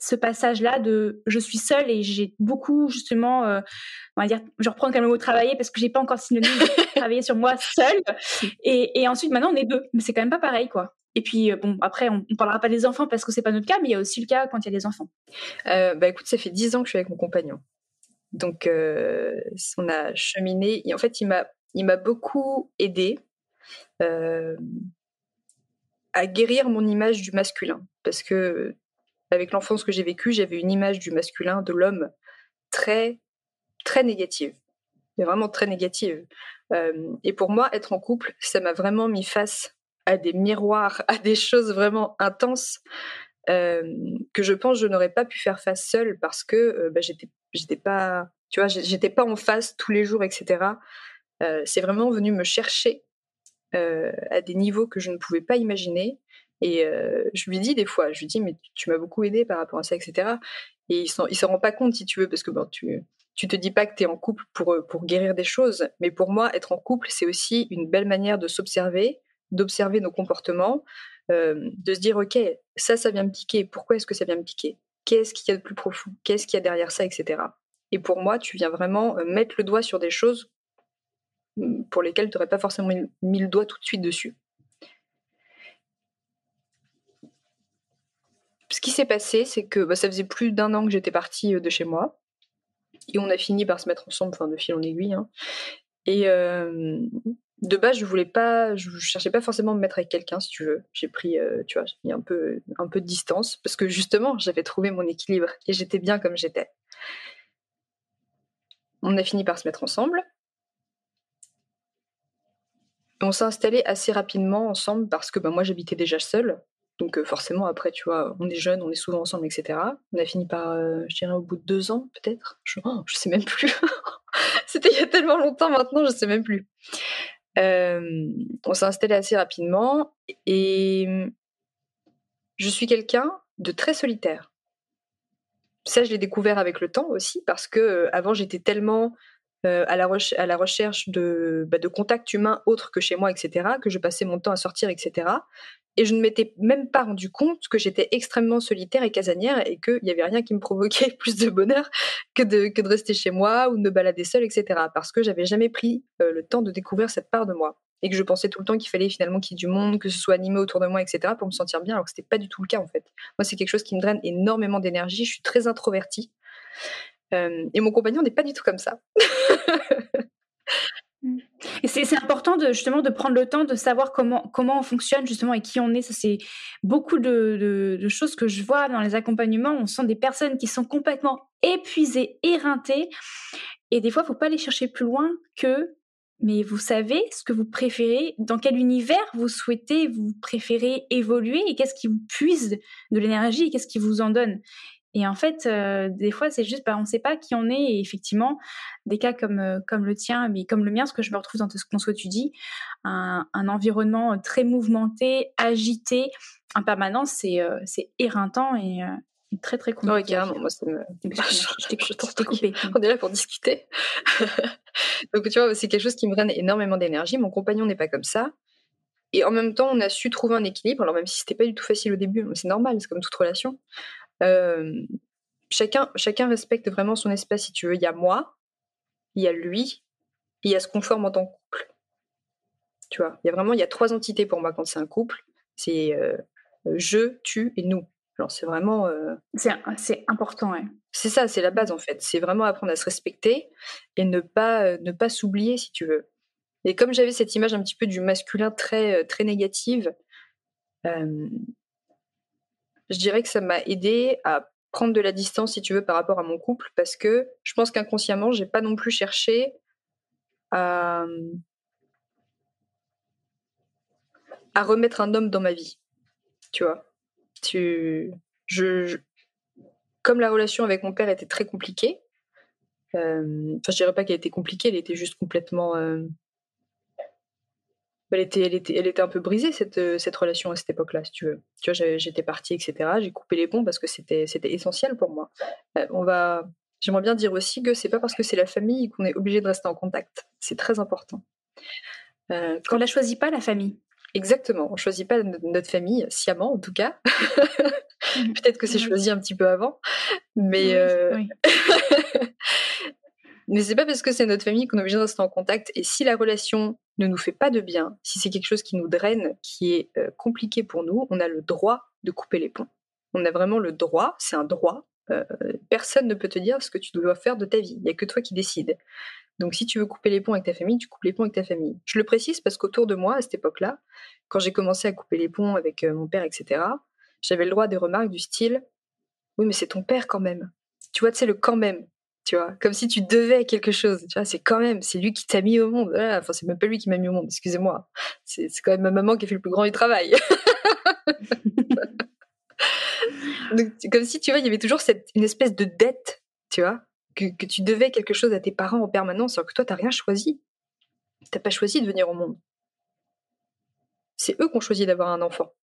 ce passage-là de je suis seule et j'ai beaucoup justement, euh, on va dire, je reprends quand même le mot travailler parce que j'ai pas encore synonyme de travailler sur moi seule. Et, et ensuite maintenant on est deux, mais c'est quand même pas pareil quoi. Et puis bon après on, on parlera pas des enfants parce que c'est pas notre cas, mais il y a aussi le cas quand il y a des enfants. Euh, bah écoute, ça fait dix ans que je suis avec mon compagnon, donc euh, on a cheminé. Et en fait, il m'a, il m'a beaucoup aidée euh, à guérir mon image du masculin parce que avec l'enfance que j'ai vécue, j'avais une image du masculin, de l'homme, très, très négative. Mais vraiment très négative. Euh, et pour moi, être en couple, ça m'a vraiment mis face à des miroirs, à des choses vraiment intenses euh, que je pense que je n'aurais pas pu faire face seule parce que euh, bah, j'étais, j'étais pas, tu vois, j'étais pas en face tous les jours, et cetera. Euh, c'est vraiment venu me chercher euh, à des niveaux que je ne pouvais pas imaginer. Et euh, je lui dis des fois, je lui dis, mais tu m'as beaucoup aidé par rapport à ça, et cetera. Et il ne s'en rend pas compte, si tu veux, parce que bon, tu tu te dis pas que tu es en couple pour, pour guérir des choses. Mais pour moi, être en couple, c'est aussi une belle manière de s'observer, d'observer nos comportements, euh, de se dire, OK, ça, ça vient me piquer. Pourquoi est-ce que ça vient me piquer ? Qu'est-ce qu'il y a de plus profond ? Qu'est-ce qu'il y a derrière ça, et cetera. Et pour moi, tu viens vraiment mettre le doigt sur des choses pour lesquelles tu n'aurais pas forcément mis le doigt tout de suite dessus. Ce qui s'est passé, c'est que bah, ça faisait plus d'un an que j'étais partie de chez moi. Et on a fini par se mettre ensemble, enfin de fil en aiguille. Hein. Et euh, de base, je voulais pas, je cherchais pas forcément à me mettre avec quelqu'un, si tu veux. J'ai pris, euh, tu vois, j'ai mis un peu, un peu de distance parce que justement, j'avais trouvé mon équilibre et j'étais bien comme j'étais. On a fini par se mettre ensemble. On s'est installé assez rapidement ensemble parce que bah, moi, j'habitais déjà seule. Donc euh, forcément, après, tu vois, on est jeunes, on est souvent ensemble, et cetera. On a fini par, euh, je dirais, au bout de deux ans, peut-être. Je, oh, je sais même plus. C'était il y a tellement longtemps maintenant, je sais même plus. Euh, on s'est installé assez rapidement et je suis quelqu'un de très solitaire. Ça, je l'ai découvert avec le temps aussi parce que euh, avant, j'étais tellement euh, à, la reche- à la recherche de, bah, de contacts humains autres que chez moi, et cetera, que je passais mon temps à sortir, et cetera. Et je ne m'étais même pas rendu compte que j'étais extrêmement solitaire et casanière et qu'il n'y avait rien qui me provoquait plus de bonheur que de, que de rester chez moi ou de me balader seule, et cetera. Parce que j'avais jamais pris euh, le temps de découvrir cette part de moi. Et que je pensais tout le temps qu'il fallait finalement qu'il y ait du monde, que ce soit animé autour de moi, et cetera pour me sentir bien, alors que c'était pas du tout le cas en fait. Moi, c'est quelque chose qui me draine énormément d'énergie. Je suis très introvertie. Euh, et mon compagnon n'est pas du tout comme ça. Et c'est, c'est important de justement de prendre le temps de savoir comment comment on fonctionne justement et qui on est. Ça, c'est beaucoup de, de, de choses que je vois dans les accompagnements. On sent des personnes qui sont complètement épuisées, éreintées, et des fois, il faut pas aller chercher plus loin que. Mais vous savez ce que vous préférez, dans quel univers vous souhaitez, vous préférez évoluer et qu'est-ce qui vous puise de l'énergie et qu'est-ce qui vous en donne. Et en fait, euh, des fois, c'est juste, bah, on ne sait pas qui on est. Et effectivement, des cas comme euh, comme le tien, mais comme le mien, ce que je me retrouve dans, ce, dans ce que tu dis, un, un environnement très mouvementé, agité, en permanence, c'est euh, c'est éreintant et euh, très très compliqué. Oui, carrément. Moi, ça me. Je, je, t'ai, je t'ai coupé. On est là pour discuter. Donc, tu vois, c'est quelque chose qui me draine énormément d'énergie. Mon compagnon n'est pas comme ça. Et en même temps, on a su trouver un équilibre. Alors, même si c'était pas du tout facile au début, c'est normal, c'est comme toute relation. Euh, chacun, chacun respecte vraiment son espace, si tu veux. Il y a moi, il y a lui, et il y a ce qu'on forme en tant que couple. Tu vois, il y a vraiment, il y a trois entités pour moi quand c'est un couple. C'est euh, je, tu et nous. Alors, c'est vraiment... Euh, c'est, c'est important, ouais. C'est ça, c'est la base en fait. C'est vraiment apprendre à se respecter et ne pas, euh, ne pas s'oublier, si tu veux. Et comme j'avais cette image un petit peu du masculin très, très négative, euh, je dirais que ça m'a aidé à prendre de la distance, si tu veux, par rapport à mon couple, parce que je pense qu'inconsciemment, j'ai pas non plus cherché à, à remettre un homme dans ma vie. Tu vois, tu, je, je, comme la relation avec mon père était très compliquée, euh, enfin, je dirais pas qu'elle était compliquée, elle était juste complètement... Euh, Elle était, elle, était, elle était un peu brisée, cette, cette relation à cette époque-là, si tu veux. Tu vois, j'étais partie, et cetera. J'ai coupé les ponts parce que c'était, c'était essentiel pour moi. Euh, on va... J'aimerais bien dire aussi que c'est pas parce que c'est la famille qu'on est obligé de rester en contact. C'est très important. Euh, quand... On la choisit pas, la famille. Exactement, on ne choisit pas notre famille, sciemment en tout cas. Peut-être que c'est choisi un petit peu avant, mais, oui, euh... oui. mais c'est pas parce que c'est notre famille qu'on est obligé de rester en contact. Et si la relation ne nous fait pas de bien, si c'est quelque chose qui nous draine, qui est euh, compliqué pour nous, on a le droit de couper les ponts. On a vraiment le droit, c'est un droit. Euh, personne ne peut te dire ce que tu dois faire de ta vie. Il n'y a que toi qui décides. Donc si tu veux couper les ponts avec ta famille, tu coupes les ponts avec ta famille. Je le précise parce qu'autour de moi, à cette époque-là, quand j'ai commencé à couper les ponts avec euh, mon père, et cetera, j'avais le droit à des remarques du style « Oui, mais c'est ton père quand même. » Tu vois, tu sais, le « quand même ». Tu vois, comme si tu devais quelque chose. Tu vois, c'est quand même, c'est lui qui t'a mis au monde. Voilà. Enfin, c'est même pas lui qui m'a mis au monde, excusez-moi. C'est, c'est quand même ma maman qui a fait le plus grand du travail. Donc, comme si, tu vois, il y avait toujours cette, une espèce de dette, tu vois, que, que tu devais quelque chose à tes parents en permanence, alors que toi, t'as rien choisi. T'as pas choisi de venir au monde. C'est eux qui ont choisi d'avoir un enfant.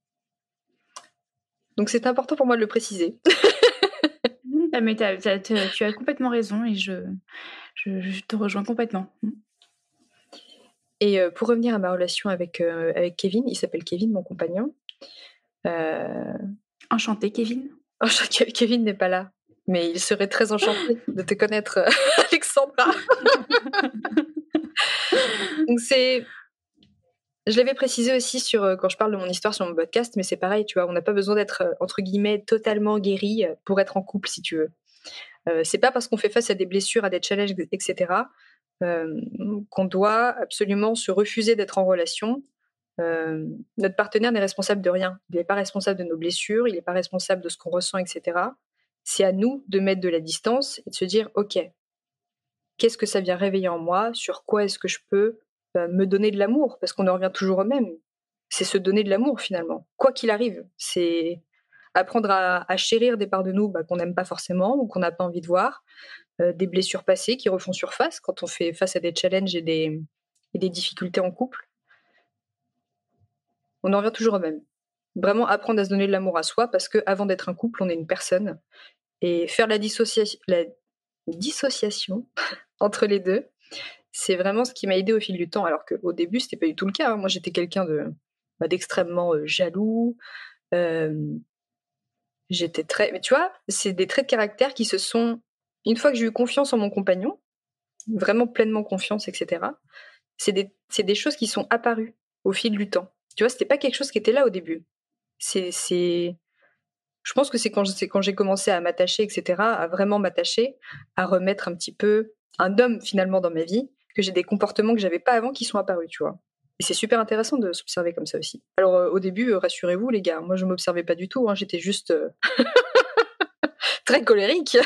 Donc, c'est important pour moi de le préciser. Ah, mais t'as, t'as, t'as, tu as complètement raison et je, je, je te rejoins complètement. Et euh, pour revenir à ma relation avec, euh, avec Kevin, il s'appelle Kevin, mon compagnon. Euh... Enchanté, Kevin. Enchanté, Kevin n'est pas là, mais il serait très enchanté de te connaître, Alexandra. Donc c'est... Je l'avais précisé aussi sur, quand je parle de mon histoire sur mon podcast, mais c'est pareil, tu vois, on n'a pas besoin d'être, entre guillemets, totalement guéri pour être en couple, si tu veux. Euh, c'est pas parce qu'on fait face à des blessures, à des challenges, et cetera, euh, qu'on doit absolument se refuser d'être en relation. Euh, notre partenaire n'est responsable de rien. Il n'est pas responsable de nos blessures, il n'est pas responsable de ce qu'on ressent, et cetera. C'est à nous de mettre de la distance et de se dire, ok, qu'est-ce que ça vient réveiller en moi? Sur quoi est-ce que je peux me donner de l'amour, parce qu'on en revient toujours au même. C'est se donner de l'amour, finalement. Quoi qu'il arrive, c'est apprendre à, à chérir des parts de nous bah, qu'on n'aime pas forcément ou qu'on n'a pas envie de voir, euh, des blessures passées qui refont surface quand on fait face à des challenges et des, et des difficultés en couple. On en revient toujours au même. Vraiment apprendre à se donner de l'amour à soi, parce qu'avant d'être un couple, on est une personne. Et faire la, dissocia- la dissociation entre les deux, c'est vraiment ce qui m'a aidée au fil du temps, alors qu'au début, c'était pas du tout le cas. Hein. Moi, j'étais quelqu'un de, bah, d'extrêmement euh, jaloux. Euh, j'étais très... Mais tu vois, c'est des traits de caractère qui se sont... Une fois que j'ai eu confiance en mon compagnon, vraiment pleinement confiance, et cetera, c'est des, c'est des choses qui sont apparues au fil du temps. Tu vois, c'était pas quelque chose qui était là au début. C'est... c'est... Je pense que c'est quand, c'est quand j'ai commencé à m'attacher, et cetera, à vraiment m'attacher, à remettre un petit peu un homme, finalement, dans ma vie, que j'ai des comportements que j'avais pas avant qui sont apparus, tu vois. Et c'est super intéressant de s'observer comme ça aussi. Alors euh, au début, euh, rassurez-vous les gars, moi je m'observais pas du tout, hein, j'étais juste euh... très colérique.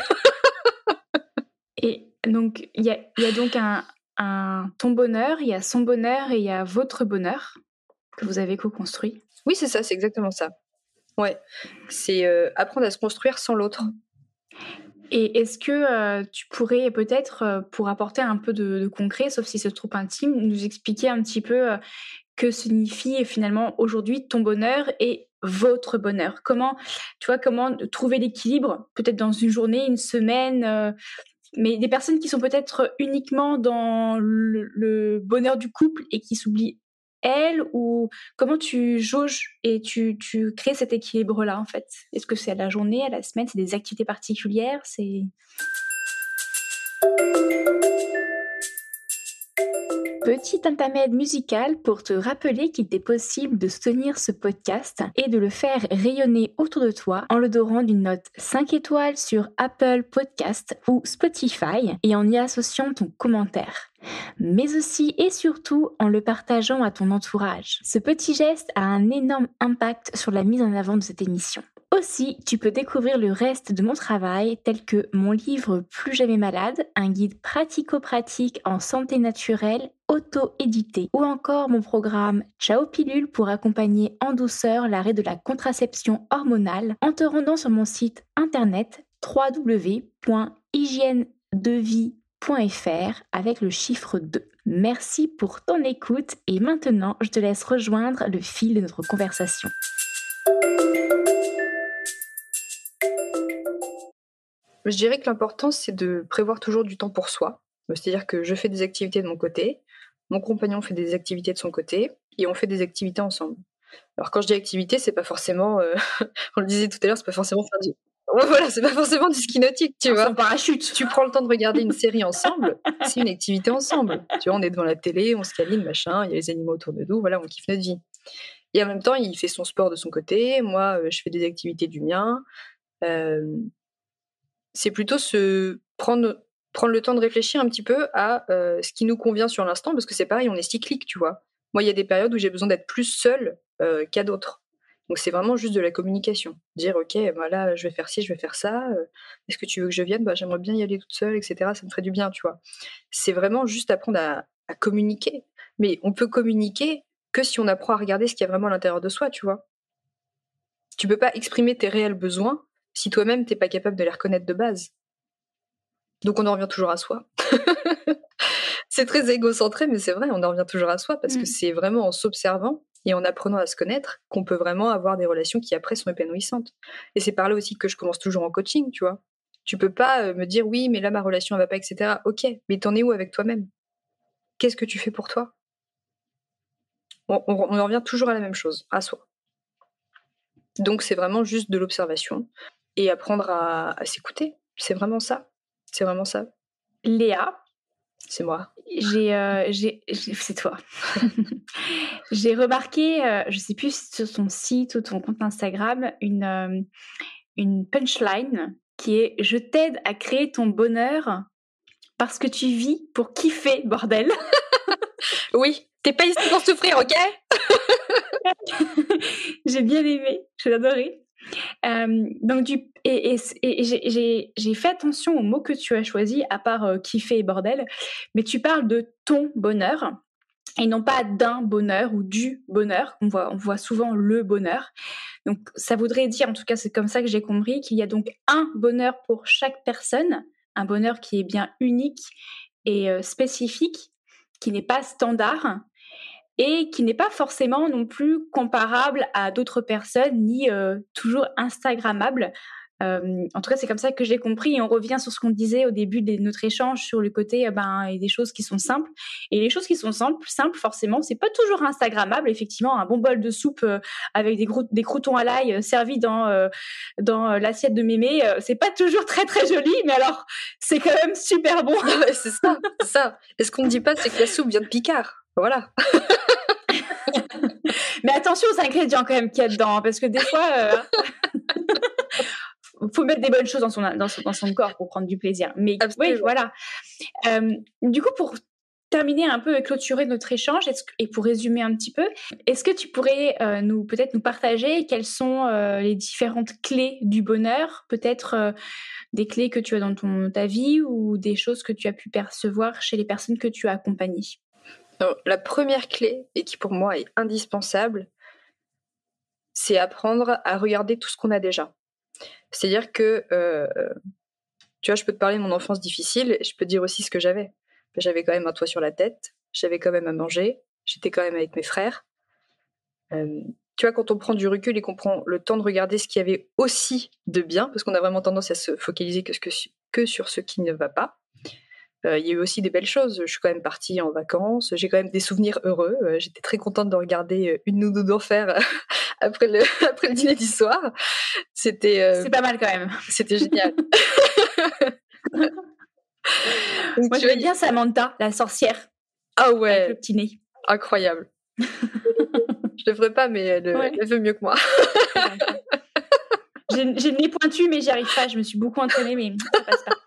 Et donc il y a, y a donc un, un ton bonheur, il y a son bonheur et il y a votre bonheur que vous avez co-construit. Oui, c'est ça, c'est exactement ça. Ouais, c'est euh, apprendre à se construire sans l'autre. Et est-ce que euh, tu pourrais peut-être, euh, pour apporter un peu de, de concret, sauf si c'est trop intime, nous expliquer un petit peu euh, que signifie finalement aujourd'hui ton bonheur et votre bonheur? Comment, tu vois, comment trouver l'équilibre, peut-être dans une journée, une semaine, euh, mais des personnes qui sont peut-être uniquement dans le, le bonheur du couple et qui s'oublient elles, ou comment tu jauges et tu, tu crées cet équilibre-là, en fait? Est-ce que c'est à la journée, à la semaine, c'est des activités particulières? C'est... Petit intermède musical pour te rappeler qu'il t'est possible de soutenir ce podcast et de le faire rayonner autour de toi en le dorant d'une note cinq étoiles sur Apple Podcast ou Spotify et en y associant ton commentaire. Mais aussi et surtout en le partageant à ton entourage. Ce petit geste a un énorme impact sur la mise en avant de cette émission. Aussi, tu peux découvrir le reste de mon travail, tel que mon livre Plus jamais malade, un guide pratico-pratique en santé naturelle, auto-édité, ou encore mon programme Ciao Pilule pour accompagner en douceur l'arrêt de la contraception hormonale en te rendant sur mon site internet w w w point hygiène de vie point f r avec le chiffre deux. Merci pour ton écoute et maintenant, je te laisse rejoindre le fil de notre conversation. Je dirais que l'important, c'est de prévoir toujours du temps pour soi. C'est-à-dire que je fais des activités de mon côté, mon compagnon fait des activités de son côté, et on fait des activités ensemble. Alors quand je dis activité, c'est pas forcément, euh, on le disait tout à l'heure, c'est pas forcément faire du... Ouais, voilà, c'est pas forcément du ski nautique, tu vois. Sans parachute. Tu prends le temps de regarder une série ensemble, c'est une activité ensemble. Tu vois, on est devant la télé, on se câline, machin, il y a les animaux autour de nous, voilà, on kiffe notre vie. Et en même temps, il fait son sport de son côté, moi, euh, je fais des activités du mien. Euh, c'est plutôt se prendre, prendre le temps de réfléchir un petit peu à euh, ce qui nous convient sur l'instant, parce que c'est pareil, on est cyclique, tu vois. Moi, il y a des périodes où j'ai besoin d'être plus seule euh, qu'à d'autres. Donc, c'est vraiment juste de la communication. Dire, OK, bah là, je vais faire ci, je vais faire ça. Euh, est-ce que tu veux que je vienne ? Bah, j'aimerais bien y aller toute seule, et cetera. Ça me ferait du bien, tu vois. C'est vraiment juste apprendre à, à communiquer. Mais on peut communiquer que si on apprend à regarder ce qu'il y a vraiment à l'intérieur de soi, tu vois. Tu peux pas exprimer tes réels besoins si toi-même, t'es pas capable de les reconnaître de base. Donc, on en revient toujours à soi. C'est très égocentré, mais c'est vrai, on en revient toujours à soi parce mmh. que c'est vraiment en s'observant et en apprenant à se connaître qu'on peut vraiment avoir des relations qui après sont épanouissantes. Et c'est par là aussi que je commence toujours en coaching, tu vois. Tu peux pas me dire oui, mais là ma relation elle va pas, et cetera. Ok, mais t'en es où avec toi-même ? Qu'est-ce que tu fais pour toi ? on, on, on en revient toujours à la même chose, à soi. Donc c'est vraiment juste de l'observation et apprendre à, à s'écouter. C'est vraiment ça. C'est vraiment ça. Léa. C'est moi. J'ai, euh, j'ai, j'ai, c'est toi. J'ai remarqué, euh, je sais plus sur ton site ou ton compte Instagram, une, euh, une punchline qui est « Je t'aide à créer ton bonheur parce que tu vis pour kiffer, bordel !» Oui, t'es pas ici pour souffrir, ok ? J'ai bien aimé, j'ai adoré. Euh, donc du et, et, et j'ai, j'ai, j'ai fait attention aux mots que tu as choisis, à part euh, kiffer et bordel, mais tu parles de ton bonheur et non pas d'un bonheur ou du bonheur. On voit, on voit souvent le bonheur. Donc ça voudrait dire, en tout cas c'est comme ça que j'ai compris, qu'il y a donc un bonheur pour chaque personne, un bonheur qui est bien unique et euh, spécifique, qui n'est pas standard. Et qui n'est pas forcément non plus comparable à d'autres personnes, ni euh, toujours instagrammable. Euh, en tout cas, c'est comme ça que j'ai compris. Et on revient sur ce qu'on disait au début de notre échange sur le côté, euh, ben, et des choses qui sont simples. Et les choses qui sont simples, simples forcément, c'est pas toujours instagrammable. Effectivement, un bon bol de soupe euh, avec des, gros, des croûtons à l'ail euh, servis dans euh, dans l'assiette de mémé, euh, c'est pas toujours très très joli, mais alors c'est quand même super bon. Ouais, c'est ça, c'est ça. Et ce qu'on ne dit pas, c'est que la soupe vient de Picard. Voilà. Mais attention aux ingrédients quand même qu'il y a dedans, parce que des fois, euh, faut mettre des bonnes choses dans son, dans son, dans son corps pour prendre du plaisir. Mais absolument. Oui, voilà. Euh, du coup, pour terminer un peu et clôturer notre échange, est-ce que, et pour résumer un petit peu, est-ce que tu pourrais euh, nous peut-être nous partager quelles sont euh, les différentes clés du bonheur, peut-être euh, des clés que tu as dans ton, ta vie ou des choses que tu as pu percevoir chez les personnes que tu as accompagnées? Alors, la première clé, et qui pour moi est indispensable, c'est apprendre à regarder tout ce qu'on a déjà. C'est-à-dire que, euh, tu vois, je peux te parler de mon enfance difficile, et je peux te dire aussi ce que j'avais. J'avais quand même un toit sur la tête, j'avais quand même à manger, j'étais quand même avec mes frères. Euh, tu vois, quand on prend du recul et qu'on prend le temps de regarder ce qu'il y avait aussi de bien, parce qu'on a vraiment tendance à se focaliser que, que, que sur ce qui ne va pas, Euh, il y a eu aussi des belles choses. Je suis quand même partie en vacances. J'ai quand même des souvenirs heureux. Euh, j'étais très contente de regarder Une nounou d'enfer après le après le dîner du soir. C'était. Euh, C'est pas mal quand même. C'était génial. Donc, moi, j'aimais bien Samantha, la sorcière. Ah ouais. Avec le petit nez. Incroyable. Je le ferai pas, mais elle, ouais. elle veut mieux que moi. j'ai, j'ai le nez pointu, mais j'y arrive pas. Je me suis beaucoup entraînée, mais ça passe pas.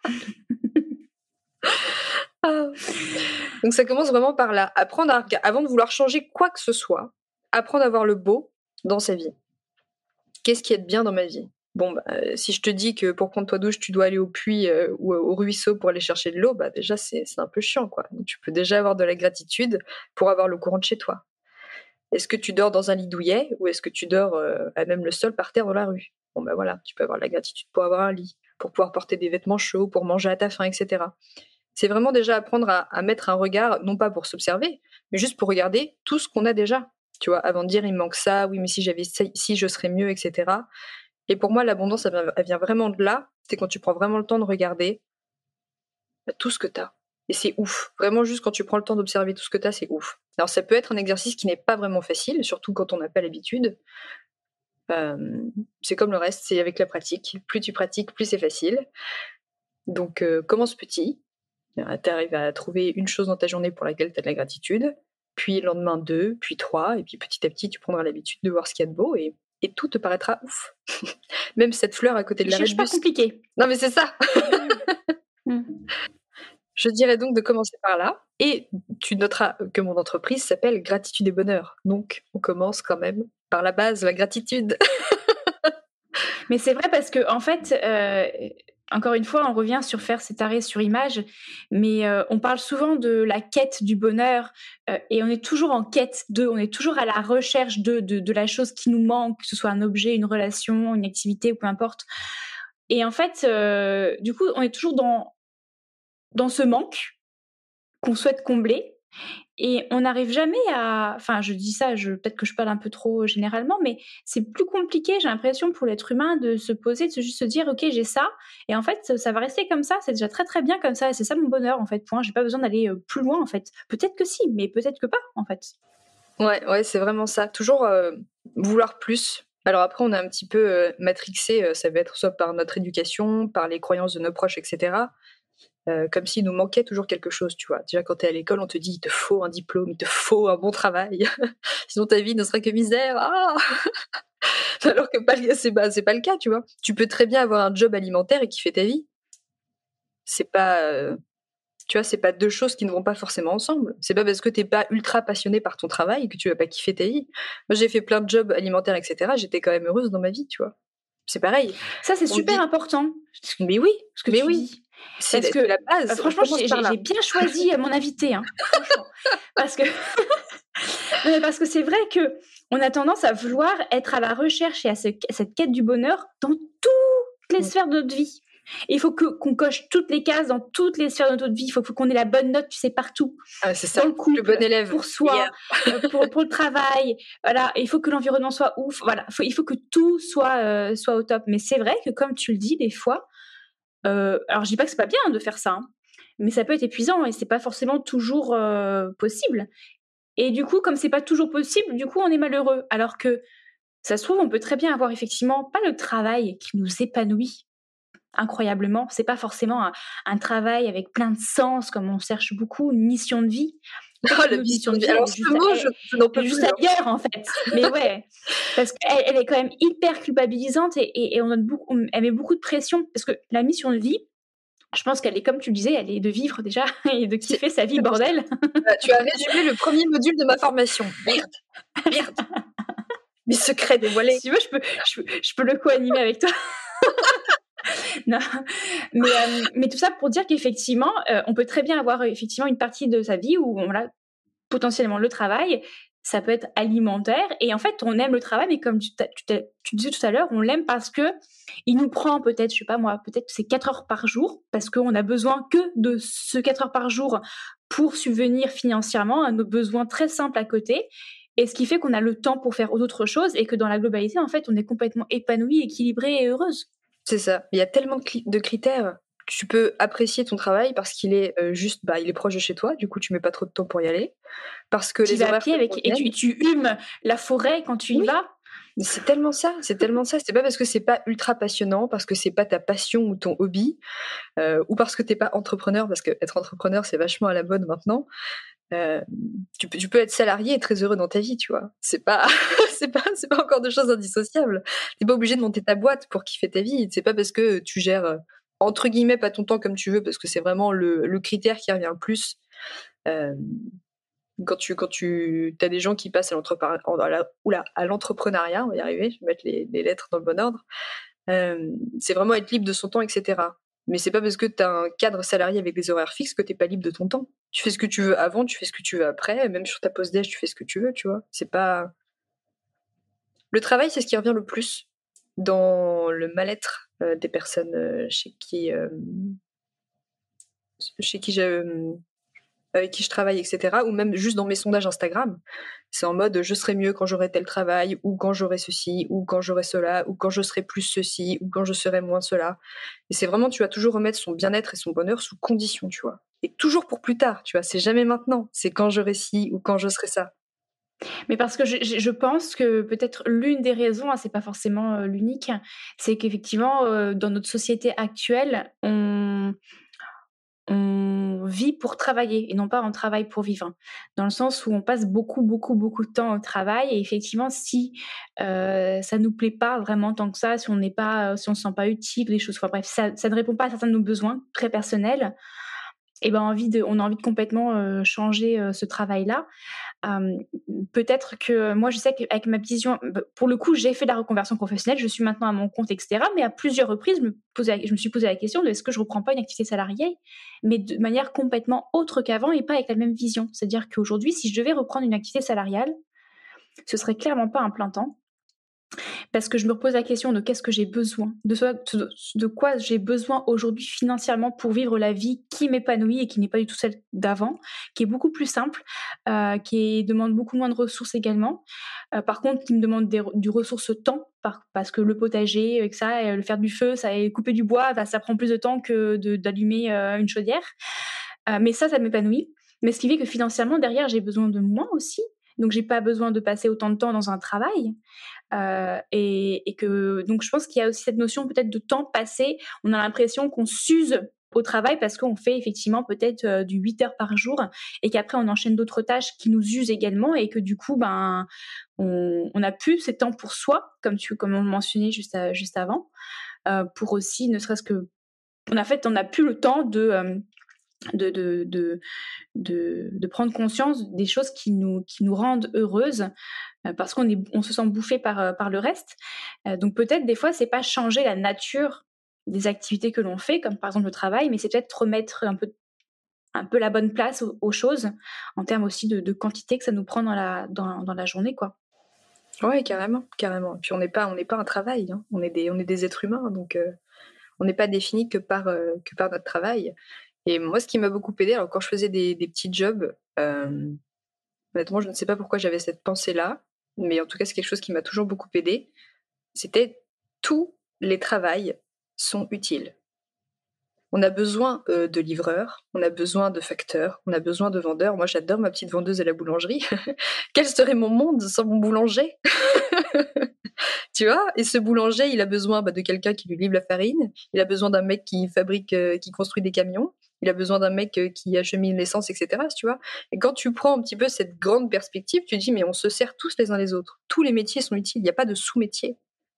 Ah. Donc ça commence vraiment par là, apprendre à, avant de vouloir changer quoi que ce soit, apprendre à voir le beau dans sa vie. Qu'est-ce qui est de bien dans ma vie ? Bon, bah, euh, si je te dis que pour prendre ta douche, tu dois aller au puits euh, ou au ruisseau pour aller chercher de l'eau, bah déjà c'est, c'est un peu chiant, quoi. Donc, tu peux déjà avoir de la gratitude pour avoir le courant de chez toi. Est-ce que tu dors dans un lit douillet ou est-ce que tu dors euh, à même le sol par terre dans la rue ? Bon bah voilà, tu peux avoir de la gratitude pour avoir un lit, pour pouvoir porter des vêtements chauds, pour manger à ta faim, et cetera. C'est vraiment déjà apprendre à, à mettre un regard, non pas pour s'observer, mais juste pour regarder tout ce qu'on a déjà. Tu vois, avant de dire, il me manque ça, oui, mais si j'avais ça, si je serais mieux, et cetera. Et pour moi, l'abondance, elle vient, elle vient vraiment de là. C'est quand tu prends vraiment le temps de regarder bah, tout ce que tu as. Et c'est ouf. Vraiment, juste quand tu prends le temps d'observer tout ce que tu as, c'est ouf. Alors, ça peut être un exercice qui n'est pas vraiment facile, surtout quand on n'a pas l'habitude. Euh, c'est comme le reste, c'est avec la pratique. Plus tu pratiques, plus c'est facile. Donc, euh, commence petit. Tu arrives à trouver une chose dans ta journée pour laquelle tu as de la gratitude. Puis, le lendemain, deux, puis trois. Et puis, petit à petit, tu prendras l'habitude de voir ce qu'il y a de beau. Et, et tout te paraîtra ouf. Même cette fleur à côté de l'arrêt de bus. Je cherche pas compliqué. Non, mais c'est ça. Je dirais donc de commencer par là, et tu noteras que mon entreprise s'appelle Gratitude et Bonheur. Donc, on commence quand même par la base, la gratitude. Mais c'est vrai parce que, en fait, euh, encore une fois, on revient sur faire cet arrêt sur image, mais euh, on parle souvent de la quête du bonheur, euh, et on est toujours en quête de, on est toujours à la recherche de, de, de la chose qui nous manque, que ce soit un objet, une relation, une activité, ou peu importe. Et en fait, euh, du coup, on est toujours dans dans ce manque qu'on souhaite combler, et on n'arrive jamais à... Enfin, je dis ça, je... peut-être que je parle un peu trop généralement, mais c'est plus compliqué, j'ai l'impression, pour l'être humain de se poser, de se juste se dire, ok, j'ai ça, et en fait, ça, ça va rester comme ça, c'est déjà très très bien comme ça, et c'est ça mon bonheur, en fait, point. J'ai pas besoin d'aller plus loin, en fait. Peut-être que si, mais peut-être que pas, en fait. Ouais, ouais, c'est vraiment ça. Toujours euh, vouloir plus. Alors après, on est un petit peu euh, matrixé, euh, ça va être soit par notre éducation, par les croyances de nos proches, et cetera, Euh, comme s'il nous manquait toujours quelque chose, tu vois. Déjà, quand t'es à l'école, on te dit il te faut un diplôme, il te faut un bon travail, sinon ta vie ne sera que misère. Ah Alors que pas, c'est, pas, c'est pas le cas, tu vois. Tu peux très bien avoir un job alimentaire et kiffer ta vie. C'est pas, euh, tu vois, c'est pas deux choses qui ne vont pas forcément ensemble. C'est pas parce que t'es pas ultra passionné par ton travail que tu vas pas kiffer ta vie. Moi, j'ai fait plein de jobs alimentaires, et cetera. J'étais quand même heureuse dans ma vie, tu vois. C'est pareil. Ça, c'est On super dit... important. Mais oui, ce que mais tu oui. dis. C'est parce que la base. Euh, franchement, j'ai, j'ai, j'ai bien choisi mon invité, hein, franchement, parce que non, mais parce que c'est vrai que on a tendance à vouloir être à la recherche et à, ce, à cette quête du bonheur dans toutes les mmh. sphères de notre vie. Et il faut que, qu'on coche toutes les cases dans toutes les sphères de notre vie. Il faut, faut qu'on ait la bonne note, tu sais, partout. Ah, c'est ça. Dans le couple, le bon élève. Pour soi, yeah. euh, pour, pour le travail. Voilà. Et il faut que l'environnement soit ouf. Voilà. Faut, il faut que tout soit, euh, soit au top. Mais c'est vrai que, comme tu le dis, des fois, euh, alors je dis pas que c'est pas bien de faire ça, hein, mais ça peut être épuisant et c'est pas forcément toujours euh, possible. Et du coup, comme c'est pas toujours possible, du coup, on est malheureux. Alors que ça se trouve, on peut très bien avoir effectivement pas le travail qui nous épanouit incroyablement. C'est pas forcément un, un travail avec plein de sens, comme on cherche beaucoup, une mission de vie. Oh, la mission de vie. Alors, ce mot, à, je, je n'en peux juste plus. Juste ailleurs, en fait. Mais ouais. Parce qu'elle elle est quand même hyper culpabilisante et, et, et on, a beaucoup, elle met beaucoup de pression. Parce que la mission de vie, je pense qu'elle est, comme tu le disais, elle est de vivre déjà et de kiffer sa vie, bordel. Tu as résumé le premier module de ma formation. Merde. Merde. Mes secrets dévoilés. Si tu veux, je peux, je peux, je peux le co-animer avec toi. Non, mais, euh, mais tout ça pour dire qu'effectivement, euh, on peut très bien avoir effectivement une partie de sa vie où on a potentiellement le travail, ça peut être alimentaire, et en fait, on aime le travail, mais comme tu, tu, tu disais tout à l'heure, on l'aime parce que il nous prend peut-être, je sais pas moi, peut-être c'est quatre heures par jour, parce qu'on a besoin que de ce quatre heures par jour pour subvenir financièrement à nos besoins très simples à côté. Et ce qui fait qu'on a le temps pour faire d'autres choses et que dans la globalité, en fait, on est complètement épanoui, équilibré et heureuse. C'est ça. Il y a tellement de, cli- de critères. Tu peux apprécier ton travail parce qu'il est euh, juste, bah, il est proche de chez toi. Du coup, tu mets pas trop de temps pour y aller. Parce que tu les vas horaires à pied avec, et tu, tu humes la forêt quand tu y oui. vas. Mais c'est tellement ça. C'est tellement ça. C'est pas parce que c'est pas ultra passionnant, parce que c'est pas ta passion ou ton hobby, euh, ou parce que t'es pas entrepreneur, parce que être entrepreneur, c'est vachement à la mode maintenant. Euh, tu peux, tu peux être salarié et très heureux dans ta vie, tu vois. C'est pas, c'est pas, c'est pas encore deux choses indissociables. T'es pas obligé de monter ta boîte pour kiffer ta vie. C'est pas parce que tu gères entre guillemets pas ton temps comme tu veux, parce que c'est vraiment le, le critère qui revient le plus. Euh, quand tu, quand tu, t'as des gens qui passent à, l'entrepre- oula, à l'entrepreneuriat, on va y arriver. Je vais mettre les, les lettres dans le bon ordre. Euh, c'est vraiment être libre de son temps, et cetera. Mais c'est pas parce que t'as un cadre salarié avec des horaires fixes que t'es pas libre de ton temps. Tu fais ce que tu veux avant, tu fais ce que tu veux après, même sur ta pause déj, tu fais ce que tu veux, tu vois. C'est pas... Le travail, c'est ce qui revient le plus dans le mal-être euh, des personnes euh, chez qui... Euh, chez qui j'ai... avec qui je travaille, et cetera. Ou même juste dans mes sondages Instagram. C'est en mode, je serai mieux quand j'aurai tel travail, ou quand j'aurai ceci, ou quand j'aurai cela, ou quand je serai plus ceci, ou quand je serai moins cela. Et c'est vraiment, tu vas toujours remettre son bien-être et son bonheur sous condition, tu vois. et toujours pour plus tard, tu vois. C'est jamais maintenant. C'est quand j'aurai ci ou quand je serai ça. Mais parce que je, je- je pense que peut-être l'une des raisons, hein, c'est pas forcément euh, l'unique, c'est qu'effectivement, euh, dans notre société actuelle, on, on vit pour travailler et non pas on travaille pour vivre. Dans le sens où on passe beaucoup, beaucoup, beaucoup de temps au travail et effectivement, si euh, ça nous plaît pas vraiment tant que ça, si on n'est pas, si on se sent pas utile, des choses, enfin bref, ça, ça ne répond pas à certains de nos besoins très personnels. Et ben envie de, on a envie de complètement euh, changer euh, ce travail-là. Euh, peut-être que moi, je sais qu'avec ma vision, pour le coup, j'ai fait la reconversion professionnelle, je suis maintenant à mon compte, et cetera. Mais à plusieurs reprises, je me, posais, je me suis posé la question de est-ce que je reprends pas une activité salariée, mais de manière complètement autre qu'avant et pas avec la même vision. C'est-à-dire qu'aujourd'hui, si je devais reprendre une activité salariale, ce serait clairement pas un plein temps. Parce que je me repose la question de qu'est-ce que j'ai besoin, de, so- de, de quoi j'ai besoin aujourd'hui financièrement pour vivre la vie qui m'épanouit et qui n'est pas du tout celle d'avant, qui est beaucoup plus simple, euh, qui demande beaucoup moins de ressources également. Euh, par contre, qui me demande des, du ressource temps, par, parce que le potager, et que ça, et le faire du feu, ça, et couper du bois, bah, ça prend plus de temps que de, d'allumer euh, une chaudière. Euh, mais ça, ça m'épanouit. Mais ce qui fait que financièrement, derrière, j'ai besoin de moi aussi. Donc, j'ai pas besoin de passer autant de temps dans un travail. Euh, et, et que donc je pense qu'il y a aussi cette notion peut-être de temps passé. On a l'impression qu'on s'use au travail parce qu'on fait effectivement peut-être euh, du huit heures par jour et qu'après on enchaîne d'autres tâches qui nous usent également et que du coup ben on, on a plus ces temps pour soi comme tu comme on le mentionnait juste à, juste avant euh, pour aussi ne serait-ce que on a fait on n'a plus le temps de euh, de, de, de, de, de prendre conscience des choses qui nous, qui nous rendent heureuses euh, parce qu'on est, on se sent bouffé par, euh, par le reste. Euh, donc peut-être des fois, c'est pas changer la nature des activités que l'on fait, comme par exemple le travail, mais c'est peut-être remettre un peu, un peu la bonne place aux, aux choses en termes aussi de, de quantité que ça nous prend dans la, dans, dans la journée, quoi. Ouais, carrément, carrément. Puis on n'est pas, on n'est pas un travail, hein. On est des, on est des êtres humains, donc euh, on n'est pas défini que par, euh, que par notre travail. Et moi, ce qui m'a beaucoup aidé, alors quand je faisais des, des petits jobs, euh, honnêtement, je ne sais pas pourquoi j'avais cette pensée-là, mais en tout cas, c'est quelque chose qui m'a toujours beaucoup aidé. C'était tous les travails sont utiles. On a besoin euh, de livreurs, on a besoin de facteurs, on a besoin de vendeurs. Moi, j'adore ma petite vendeuse à la boulangerie. Quel serait mon monde sans mon boulanger? Tu vois, et ce boulanger, il a besoin bah, de quelqu'un qui lui livre la farine, il a besoin d'un mec qui fabrique, euh, qui construit des camions, il a besoin d'un mec euh, qui achemine l'essence, et cetera. Tu vois. Et quand tu prends un petit peu cette grande perspective, tu te dis, mais on se sert tous les uns les autres. Tous les métiers sont utiles, il n'y a pas de sous-métier.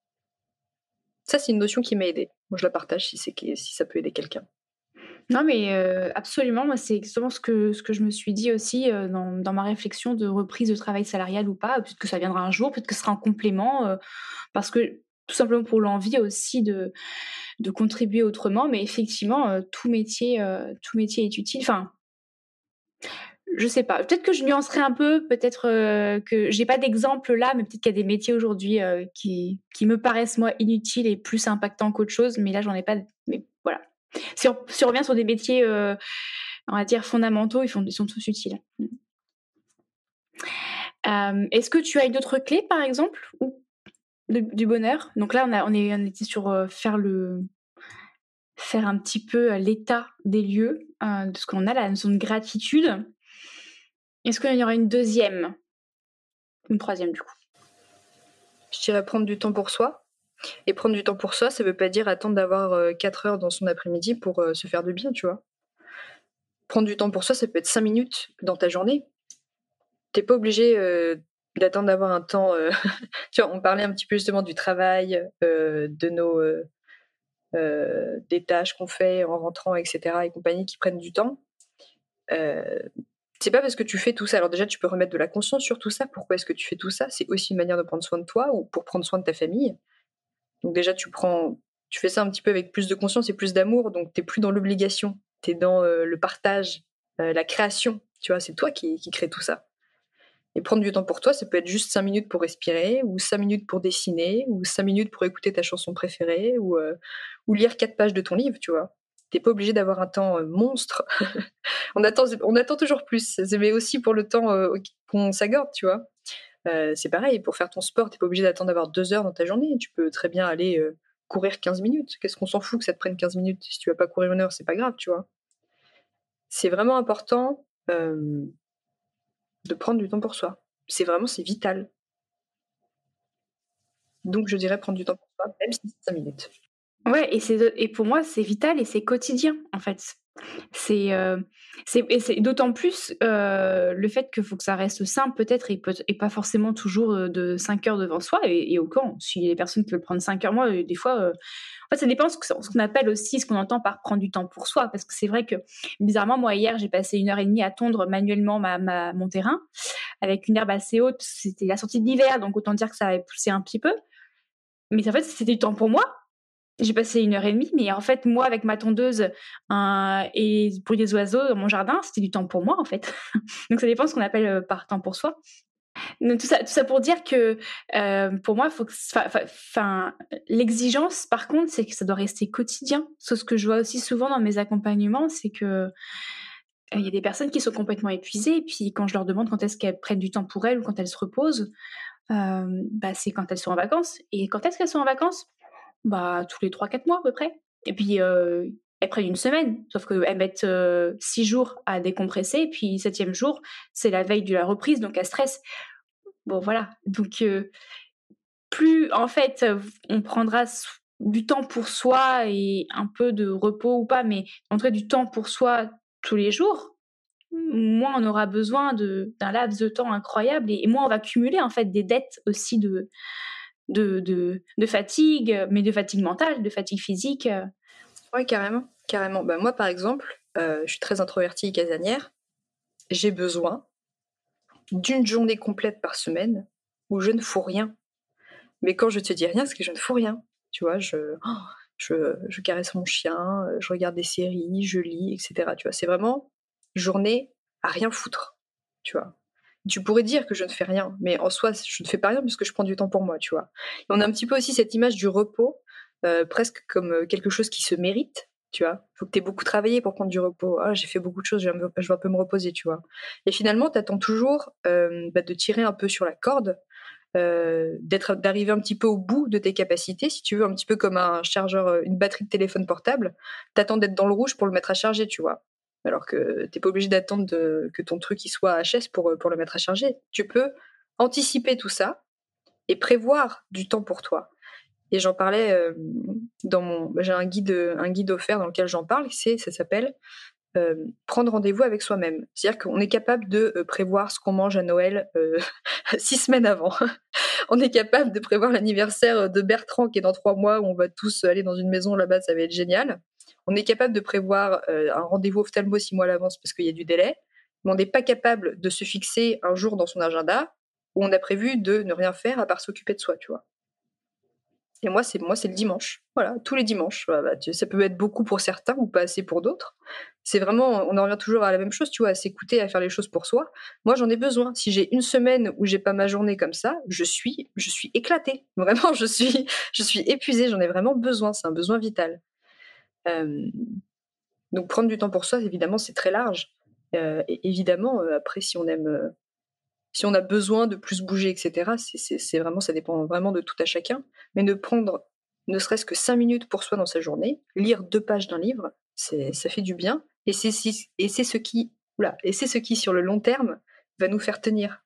Ça, c'est une notion qui m'a aidée. Moi, je la partage si, c'est, si ça peut aider quelqu'un. Non, mais euh, absolument, moi, c'est exactement ce que, ce que je me suis dit aussi euh, dans, dans ma réflexion de reprise de travail salarial ou pas. Peut-être que ça viendra un jour, peut-être que ce sera un complément, euh, parce que tout simplement pour l'envie aussi de, de contribuer autrement. Mais effectivement, euh, tout, métier, euh, tout métier est utile. Enfin, je sais pas. Peut-être que je nuancerai un peu, peut-être euh, que j'ai pas d'exemple là, mais peut-être qu'il y a des métiers aujourd'hui euh, qui, qui me paraissent, moi, inutiles et plus impactants qu'autre chose. Mais là, j'en ai pas. Mais voilà. Si on, si on revient sur des métiers, euh, on va dire, fondamentaux, ils, font, ils sont tous utiles. Euh, est-ce que tu as une autre clé, par exemple, ou de, du bonheur? Donc là, on, a, on, est, on était sur euh, faire, le, faire un petit peu euh, l'état des lieux, euh, de ce qu'on a, la notion de gratitude. Est-ce qu'il y aura une deuxième? Une troisième, du coup? Je dirais prendre du temps pour soi. Et prendre du temps pour soi, ça veut pas dire attendre d'avoir euh, quatre heures dans son après-midi pour euh, se faire du bien, tu vois. Prendre du temps pour soi, ça peut être cinq minutes dans ta journée. T'es pas obligé euh, d'attendre d'avoir un temps... Euh... tu vois, on parlait un petit peu justement du travail, euh, de nos... Euh, euh, des tâches qu'on fait en rentrant, et cetera et compagnie qui prennent du temps. Euh, c'est pas parce que tu fais tout ça. Alors déjà, tu peux remettre de la conscience sur tout ça. Pourquoi est-ce que tu fais tout ça? C'est aussi une manière de prendre soin de toi ou pour prendre soin de ta famille. Donc déjà, tu prends, tu fais ça un petit peu avec plus de conscience et plus d'amour. Donc t'es plus dans l'obligation, t'es dans euh, le partage, euh, la création. Tu vois, c'est toi qui, qui crée tout ça. Et prendre du temps pour toi, ça peut être juste cinq minutes pour respirer, ou cinq minutes pour dessiner, ou cinq minutes pour écouter ta chanson préférée, ou, euh, ou lire quatre pages de ton livre, tu vois. T'es pas obligé d'avoir un temps euh, monstre. on, attend, on attend toujours plus, mais aussi pour le temps euh, qu'on s'accorde, tu vois. Euh, c'est pareil, pour faire ton sport, t'es pas obligé d'attendre d'avoir deux heures dans ta journée. Tu peux très bien aller euh, courir quinze minutes. Qu'est-ce qu'on s'en fout que ça te prenne quinze minutes? Si tu vas pas courir une heure, c'est pas grave, tu vois. c'est vraiment important euh, de prendre du temps pour soi. C'est vraiment, c'est vital. Donc, je dirais prendre du temps pour soi, même si c'est cinq minutes. Ouais, et, c'est, et pour moi, c'est vital et c'est quotidien, en fait. C'est, euh, c'est, et c'est d'autant plus euh, le fait qu'il faut que ça reste simple, peut-être, et, peut, et pas forcément toujours euh, de cinq heures devant soi. Et, et au camp, si les personnes qui veulent prendre cinq heures, moi, euh, des fois, euh, en fait, ça dépend ce, que, ce qu'on appelle aussi, ce qu'on entend par prendre du temps pour soi. Parce que c'est vrai que, bizarrement, moi, hier, j'ai passé une heure et demie à tondre manuellement ma, ma, mon terrain, avec une herbe assez haute. C'était la sortie de l'hiver, donc autant dire que ça avait poussé un petit peu. Mais en fait, c'était du temps pour moi. J'ai passé une heure et demie, mais en fait, moi, avec ma tondeuse euh, et pour les oiseaux dans mon jardin, c'était du temps pour moi, en fait. Donc, ça dépend de ce qu'on appelle euh, par temps pour soi. Donc, tout ça, tout ça pour dire que euh, pour moi, faut que, enfin, l'exigence, par contre, c'est que ça doit rester quotidien. C'est ce que je vois aussi souvent dans mes accompagnements, c'est que il euh, y a des personnes qui sont complètement épuisées, et puis quand je leur demande quand est-ce qu'elles prennent du temps pour elles ou quand elles se reposent, euh, bah, c'est quand elles sont en vacances. Et quand est-ce qu'elles sont en vacances? Bah, tous les trois quatre mois à peu près. Et puis, euh, elles prennent une semaine, sauf qu'elles mettent euh, six jours à décompresser, et puis septième jour, c'est la veille de la reprise, donc elles stressent. Bon, voilà. Donc, euh, plus, en fait, on prendra du temps pour soi et un peu de repos ou pas, mais en tout cas du temps pour soi tous les jours, moins on aura besoin de, d'un laps de temps incroyable, et, et moins on va cumuler, en fait, des dettes aussi de... De, de, de fatigue, mais de fatigue mentale, de fatigue physique. Oui, carrément. carrément. Bah, moi, par exemple, euh, je suis très introvertie et casanière. J'ai besoin d'une journée complète par semaine où je ne fous rien. Mais quand je te dis rien, c'est que je ne fous rien. Tu vois, je, oh, je, je caresse mon chien, je regarde des séries, je lis, et cetera. Tu vois, c'est vraiment journée à rien foutre. Tu vois. Tu pourrais dire que je ne fais rien, mais en soi, je ne fais pas rien puisque je prends du temps pour moi, tu vois. Et on a un petit peu aussi cette image du repos, euh, presque comme quelque chose qui se mérite, tu vois. Il faut que tu aies beaucoup travaillé pour prendre du repos. Ah, j'ai fait beaucoup de choses, je vais, me, je vais un peu me reposer, tu vois. Et finalement, tu attends toujours euh, bah, de tirer un peu sur la corde, euh, d'être, d'arriver un petit peu au bout de tes capacités, si tu veux, un petit peu comme un chargeur, une batterie de téléphone portable. Tu attends d'être dans le rouge pour le mettre à charger, tu vois. Alors que t'es pas obligé d'attendre de, que ton truc il soit H S pour, pour le mettre à charger. Tu peux anticiper tout ça et prévoir du temps pour toi. Et j'en parlais euh, dans mon... J'ai un guide, un guide offert dans lequel j'en parle, c'est, ça s'appelle euh, « Prendre rendez-vous avec soi-même ». C'est-à-dire qu'on est capable de euh, prévoir ce qu'on mange à Noël euh, six semaines avant. On est capable de prévoir l'anniversaire de Bertrand qui est dans trois mois où on va tous aller dans une maison là-bas, ça va être génial. On est capable de prévoir euh, un rendez-vous ophtalmo six mois à l'avance parce qu'il y a du délai, mais on n'est pas capable de se fixer un jour dans son agenda où on a prévu de ne rien faire à part s'occuper de soi, tu vois. Et moi, c'est, moi, c'est le dimanche. Voilà, tous les dimanches. Voilà, bah, tu, ça peut être beaucoup pour certains ou pas assez pour d'autres. C'est vraiment, on en revient toujours à la même chose, tu vois, à s'écouter, à faire les choses pour soi. Moi, j'en ai besoin. Si j'ai une semaine où j'ai pas ma journée comme ça, je suis, je suis éclatée. Vraiment, je suis, je suis épuisée. J'en ai vraiment besoin. C'est un besoin vital. Euh, donc prendre du temps pour soi, évidemment, c'est très large. Euh, et évidemment, euh, après, si on aime, euh, si on a besoin de plus bouger, et cetera, c'est, c'est, c'est vraiment, ça dépend vraiment de tout à chacun. Mais ne prendre ne serait-ce que cinq minutes pour soi dans sa journée, lire deux pages d'un livre, c'est, ça fait du bien. Et c'est, et c'est ce qui, oula, et c'est ce qui, sur le long terme, va nous faire tenir.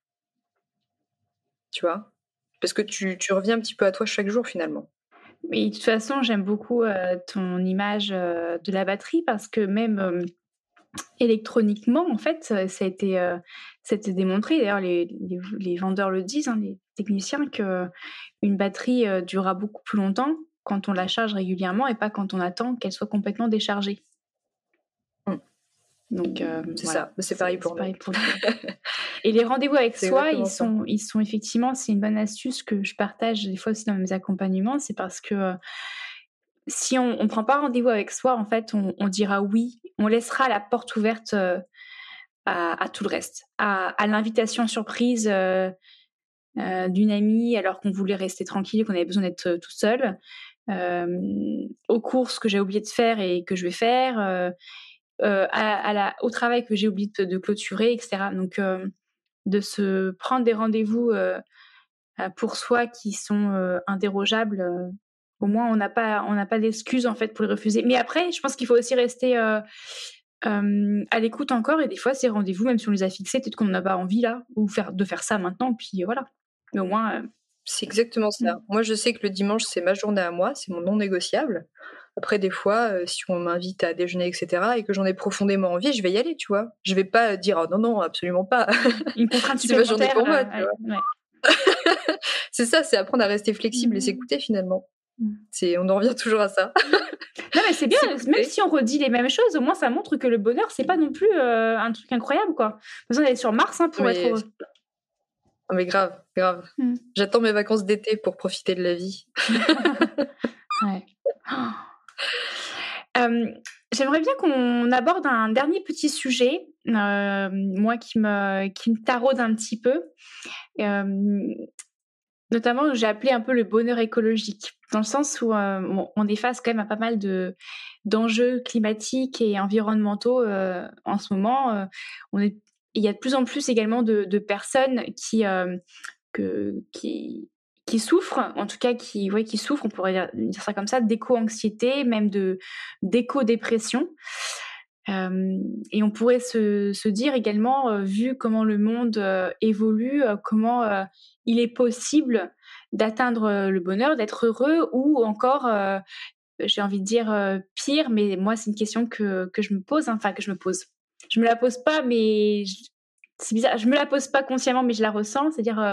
Tu vois ? Parce que tu, tu reviens un petit peu à toi chaque jour, finalement. Mais de toute façon, j'aime beaucoup euh, ton image euh, de la batterie parce que même euh, électroniquement, en fait, ça a été, euh, ça a été démontré. D'ailleurs, les, les, les vendeurs le disent, hein, les techniciens, qu'une batterie euh, durera beaucoup plus longtemps quand on la charge régulièrement et pas quand on attend qu'elle soit complètement déchargée. Mmh. Donc, euh, c'est voilà. ça, c'est, c'est pareil pour nous. Pour et les rendez-vous avec c'est soi, ils sont, ils sont effectivement, c'est une bonne astuce que je partage des fois aussi dans mes accompagnements, c'est parce que euh, si on ne prend pas rendez-vous avec soi, en fait, on, on dira oui, on laissera la porte ouverte euh, à, à tout le reste, à, à l'invitation surprise euh, euh, d'une amie alors qu'on voulait rester tranquille, qu'on avait besoin d'être euh, tout seul, euh, aux courses que j'ai oublié de faire et que je vais faire, euh, euh, à, à la, au travail que j'ai oublié de, de clôturer, et cetera. Donc, euh, de se prendre des rendez-vous euh, pour soi qui sont euh, indérogeables, euh, au moins on n'a pas on n'a pas d'excuses en fait pour les refuser. Mais après, je pense qu'il faut aussi rester euh, euh, à l'écoute encore, et des fois, ces rendez-vous, même si on les a fixés, peut-être qu'on n'a pas envie là, ou faire, de faire ça maintenant, puis voilà. Mais au moins... Euh... C'est exactement ça. Mmh. Moi, je sais que le dimanche, c'est ma journée à moi, c'est mon non négociable. Après, des fois, euh, si on m'invite à déjeuner, et cetera, et que j'en ai profondément envie, je vais y aller, tu vois. Je vais pas dire oh, non, non, absolument pas. Une contrainte c'est ma journée pour moi, euh, tu vois. Ouais. C'est ça, c'est apprendre à rester flexible mmh. et s'écouter finalement. Mmh. C'est, on en revient toujours à ça. Non, mais c'est bien, même si on redit les mêmes choses, au moins ça montre que le bonheur, c'est pas non plus euh, un truc incroyable, quoi. On est sur Mars hein, pour mais... être heureux. Oh, mais grave, grave. Mm. J'attends mes vacances d'été pour profiter de la vie. Ouais. euh, j'aimerais bien qu'on aborde un dernier petit sujet, euh, moi qui me, qui me taraude un petit peu. Euh, notamment, j'ai appelé un peu le bonheur écologique, dans le sens où euh, on, on est face quand même à pas mal de, d'enjeux climatiques et environnementaux euh, en ce moment. Euh, on est Il y a de plus en plus également de, de personnes qui, euh, que, qui, qui souffrent, en tout cas qui, ouais, qui souffrent, on pourrait dire, dire ça comme ça, d'éco-anxiété, même de, d'éco-dépression. Euh, et on pourrait se, se dire également, euh, vu comment le monde euh, évolue, euh, comment euh, il est possible d'atteindre euh, le bonheur, d'être heureux, ou encore... Euh, j'ai envie de dire euh, pire, mais moi, c'est une question que, que je me pose, hein, enfin que je me pose. Je me la pose pas, mais je, c'est bizarre. Je me la pose pas consciemment, mais je la ressens. C'est-à-dire euh,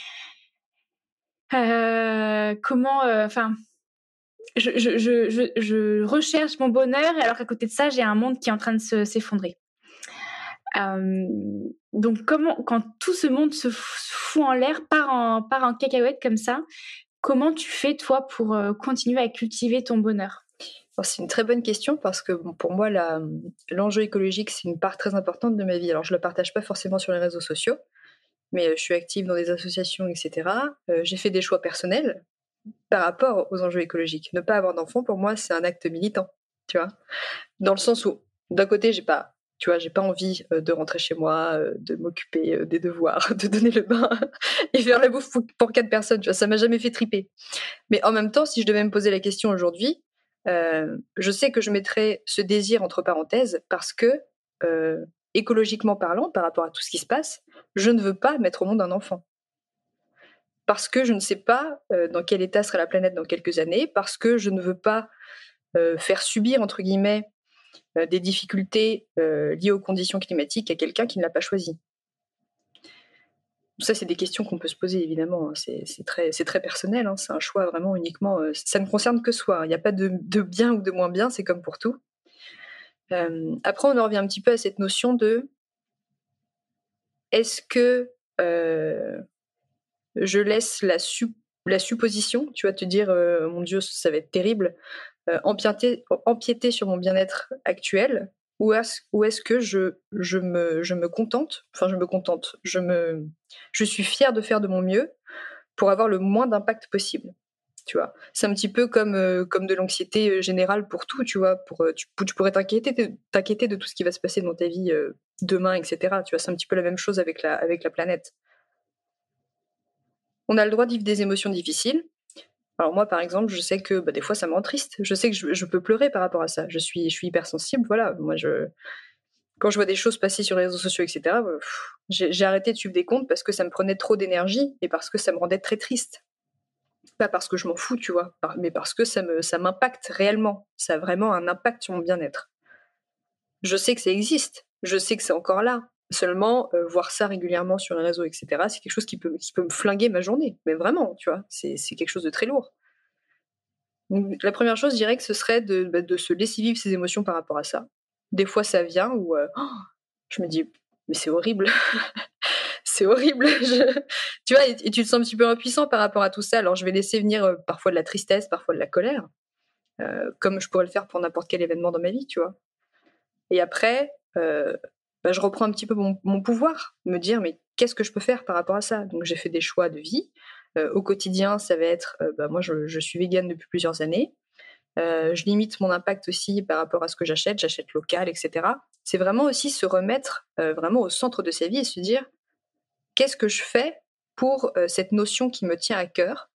euh, comment, enfin, euh, je, je, je, je, je recherche mon bonheur, alors qu'à côté de ça, j'ai un monde qui est en train de se, s'effondrer. Euh, donc, comment, quand tout ce monde se fout en l'air, part en, part en cacahuète comme ça, comment tu fais toi pour euh, continuer à cultiver ton bonheur ? Alors, c'est une très bonne question parce que bon, pour moi, la, l'enjeu écologique, c'est une part très importante de ma vie. Alors, je ne le partage pas forcément sur les réseaux sociaux, mais euh, je suis active dans des associations, et cetera. Euh, j'ai fait des choix personnels par rapport aux enjeux écologiques. Ne pas avoir d'enfant, pour moi, c'est un acte militant, tu vois. Dans le sens où, d'un côté, j'ai pas, tu vois, j'ai pas envie euh, de rentrer chez moi, euh, de m'occuper euh, des devoirs, de donner le bain et faire la bouffe pour, pour quatre personnes. Tu vois, ça m'a jamais fait triper. Mais en même temps, si je devais me poser la question aujourd'hui, Euh, je sais que je mettrais ce désir entre parenthèses parce que, euh, écologiquement parlant, par rapport à tout ce qui se passe, je ne veux pas mettre au monde un enfant. Parce que je ne sais pas euh, dans quel état sera la planète dans quelques années, parce que je ne veux pas euh, faire subir, entre guillemets, euh, des difficultés euh, liées aux conditions climatiques à quelqu'un qui ne l'a pas choisi. Ça, c'est des questions qu'on peut se poser, évidemment. C'est, c'est, très, c'est très personnel. Hein. C'est un choix vraiment uniquement... Euh, ça ne concerne que soi. Il n'y a pas de, de bien ou de moins bien. C'est comme pour tout. Euh, après, on en revient un petit peu à cette notion de... Est-ce que euh, je laisse la, su- la supposition, tu vas te dire, euh, mon Dieu, ça va être terrible, euh, empiéter, empiéter sur mon bien-être actuel, ou est-ce, ou est-ce que je, je, me, je me contente, enfin je me contente, je, me, je suis fière de faire de mon mieux pour avoir le moins d'impact possible, tu vois. C'est un petit peu comme, euh, comme de l'anxiété générale pour tout, tu vois. Pour, tu, tu pourrais t'inquiéter, t'inquiéter de tout ce qui va se passer dans ta vie euh, demain, et cetera. Tu vois, c'est un petit peu la même chose avec la, avec la planète. On a le droit de vivre des émotions difficiles. Alors moi, par exemple, je sais que bah, des fois, ça me rend triste. Je sais que je, je peux pleurer par rapport à ça. Je suis, je suis hypersensible, voilà. Moi, je... Quand je vois des choses passer sur les réseaux sociaux, et cetera, pff, j'ai, j'ai arrêté de suivre des comptes parce que ça me prenait trop d'énergie et parce que ça me rendait très triste. Pas parce que je m'en fous, tu vois, mais parce que ça, me, ça m'impacte réellement. Ça a vraiment un impact sur mon bien-être. Je sais que ça existe. Je sais que c'est encore là. Seulement, euh, voir ça régulièrement sur les réseaux, et cetera, c'est quelque chose qui peut, qui peut me flinguer ma journée. Mais vraiment, tu vois, c'est, c'est quelque chose de très lourd. Donc, la première chose, je dirais que ce serait de, bah, de se laisser vivre ses émotions par rapport à ça. Des fois, ça vient où euh, oh, je me dis, mais c'est horrible. C'est horrible. Je... Tu vois, et, et tu te sens un petit peu impuissant par rapport à tout ça. Alors, je vais laisser venir euh, parfois de la tristesse, parfois de la colère, euh, comme je pourrais le faire pour n'importe quel événement dans ma vie, tu vois. Et après... Euh, Bah, je reprends un petit peu mon, mon pouvoir, me dire mais qu'est-ce que je peux faire par rapport à ça. Donc j'ai fait des choix de vie. Euh, au quotidien, ça va être, euh, bah, moi je, je suis végane depuis plusieurs années. Euh, je limite mon impact aussi par rapport à ce que j'achète, j'achète local, et cetera. C'est vraiment aussi se remettre euh, vraiment au centre de sa vie et se dire qu'est-ce que je fais pour euh, cette notion qui me tient à cœur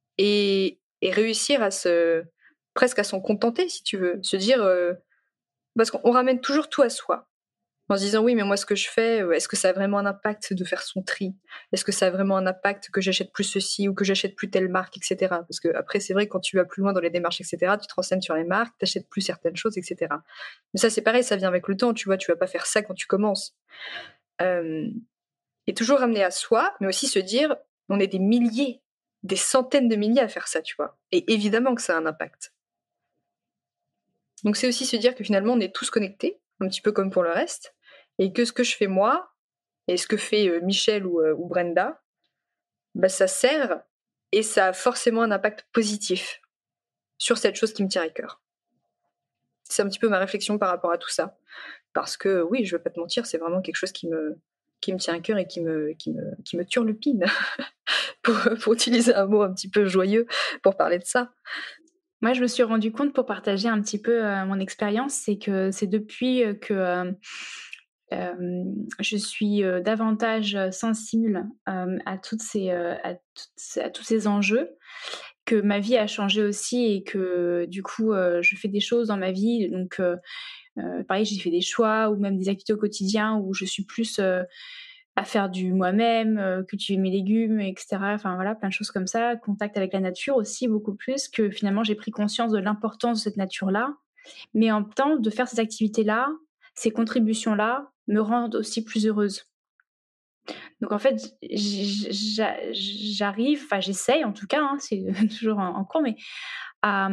et, et réussir à se presque à s'en contenter si tu veux, se dire euh, parce qu'on ramène toujours tout à soi. En se disant, oui, mais moi, ce que je fais, est-ce que ça a vraiment un impact de faire son tri ? Est-ce que ça a vraiment un impact que j'achète plus ceci ou que j'achète plus telle marque, et cetera. Parce que après, c'est vrai que quand tu vas plus loin dans les démarches, et cetera, tu te renseignes sur les marques, tu n'achètes plus certaines choses, et cetera. Mais ça, c'est pareil, ça vient avec le temps, tu vois, tu vas pas faire ça quand tu commences. Euh, et toujours ramener à soi, mais aussi se dire, on est des milliers, des centaines de milliers à faire ça, tu vois. Et évidemment que ça a un impact. Donc c'est aussi se dire que finalement, on est tous connectés, un petit peu comme pour le reste, et que ce que je fais moi, et ce que fait euh, Michel ou, euh, ou Brenda, bah, ça sert et ça a forcément un impact positif sur cette chose qui me tient à cœur. C'est un petit peu ma réflexion par rapport à tout ça. Parce que oui, je ne vais pas te mentir, c'est vraiment quelque chose qui me, qui me tient à cœur et qui me, qui me, qui me turlupine, pour, pour utiliser un mot un petit peu joyeux pour parler de ça. Moi, je me suis rendu compte, pour partager un petit peu euh, mon expérience, c'est que c'est depuis que euh, euh, je suis euh, davantage sensible euh, à, toutes ces, euh, à, toutes, à tous ces enjeux, que ma vie a changé aussi et que du coup, euh, je fais des choses dans ma vie. Donc, euh, euh, pareil, j'ai fait des choix ou même des activités au quotidien où je suis plus... Euh, à faire du moi-même, euh, cultiver mes légumes, et cetera. Enfin voilà, plein de choses comme ça. Contact avec la nature aussi, beaucoup plus, que finalement j'ai pris conscience de l'importance de cette nature-là. Mais en même temps, de faire ces activités-là, ces contributions-là, me rendent aussi plus heureuse. Donc en fait, j'arrive, enfin j'essaye en tout cas, hein, c'est toujours en cours, mais à...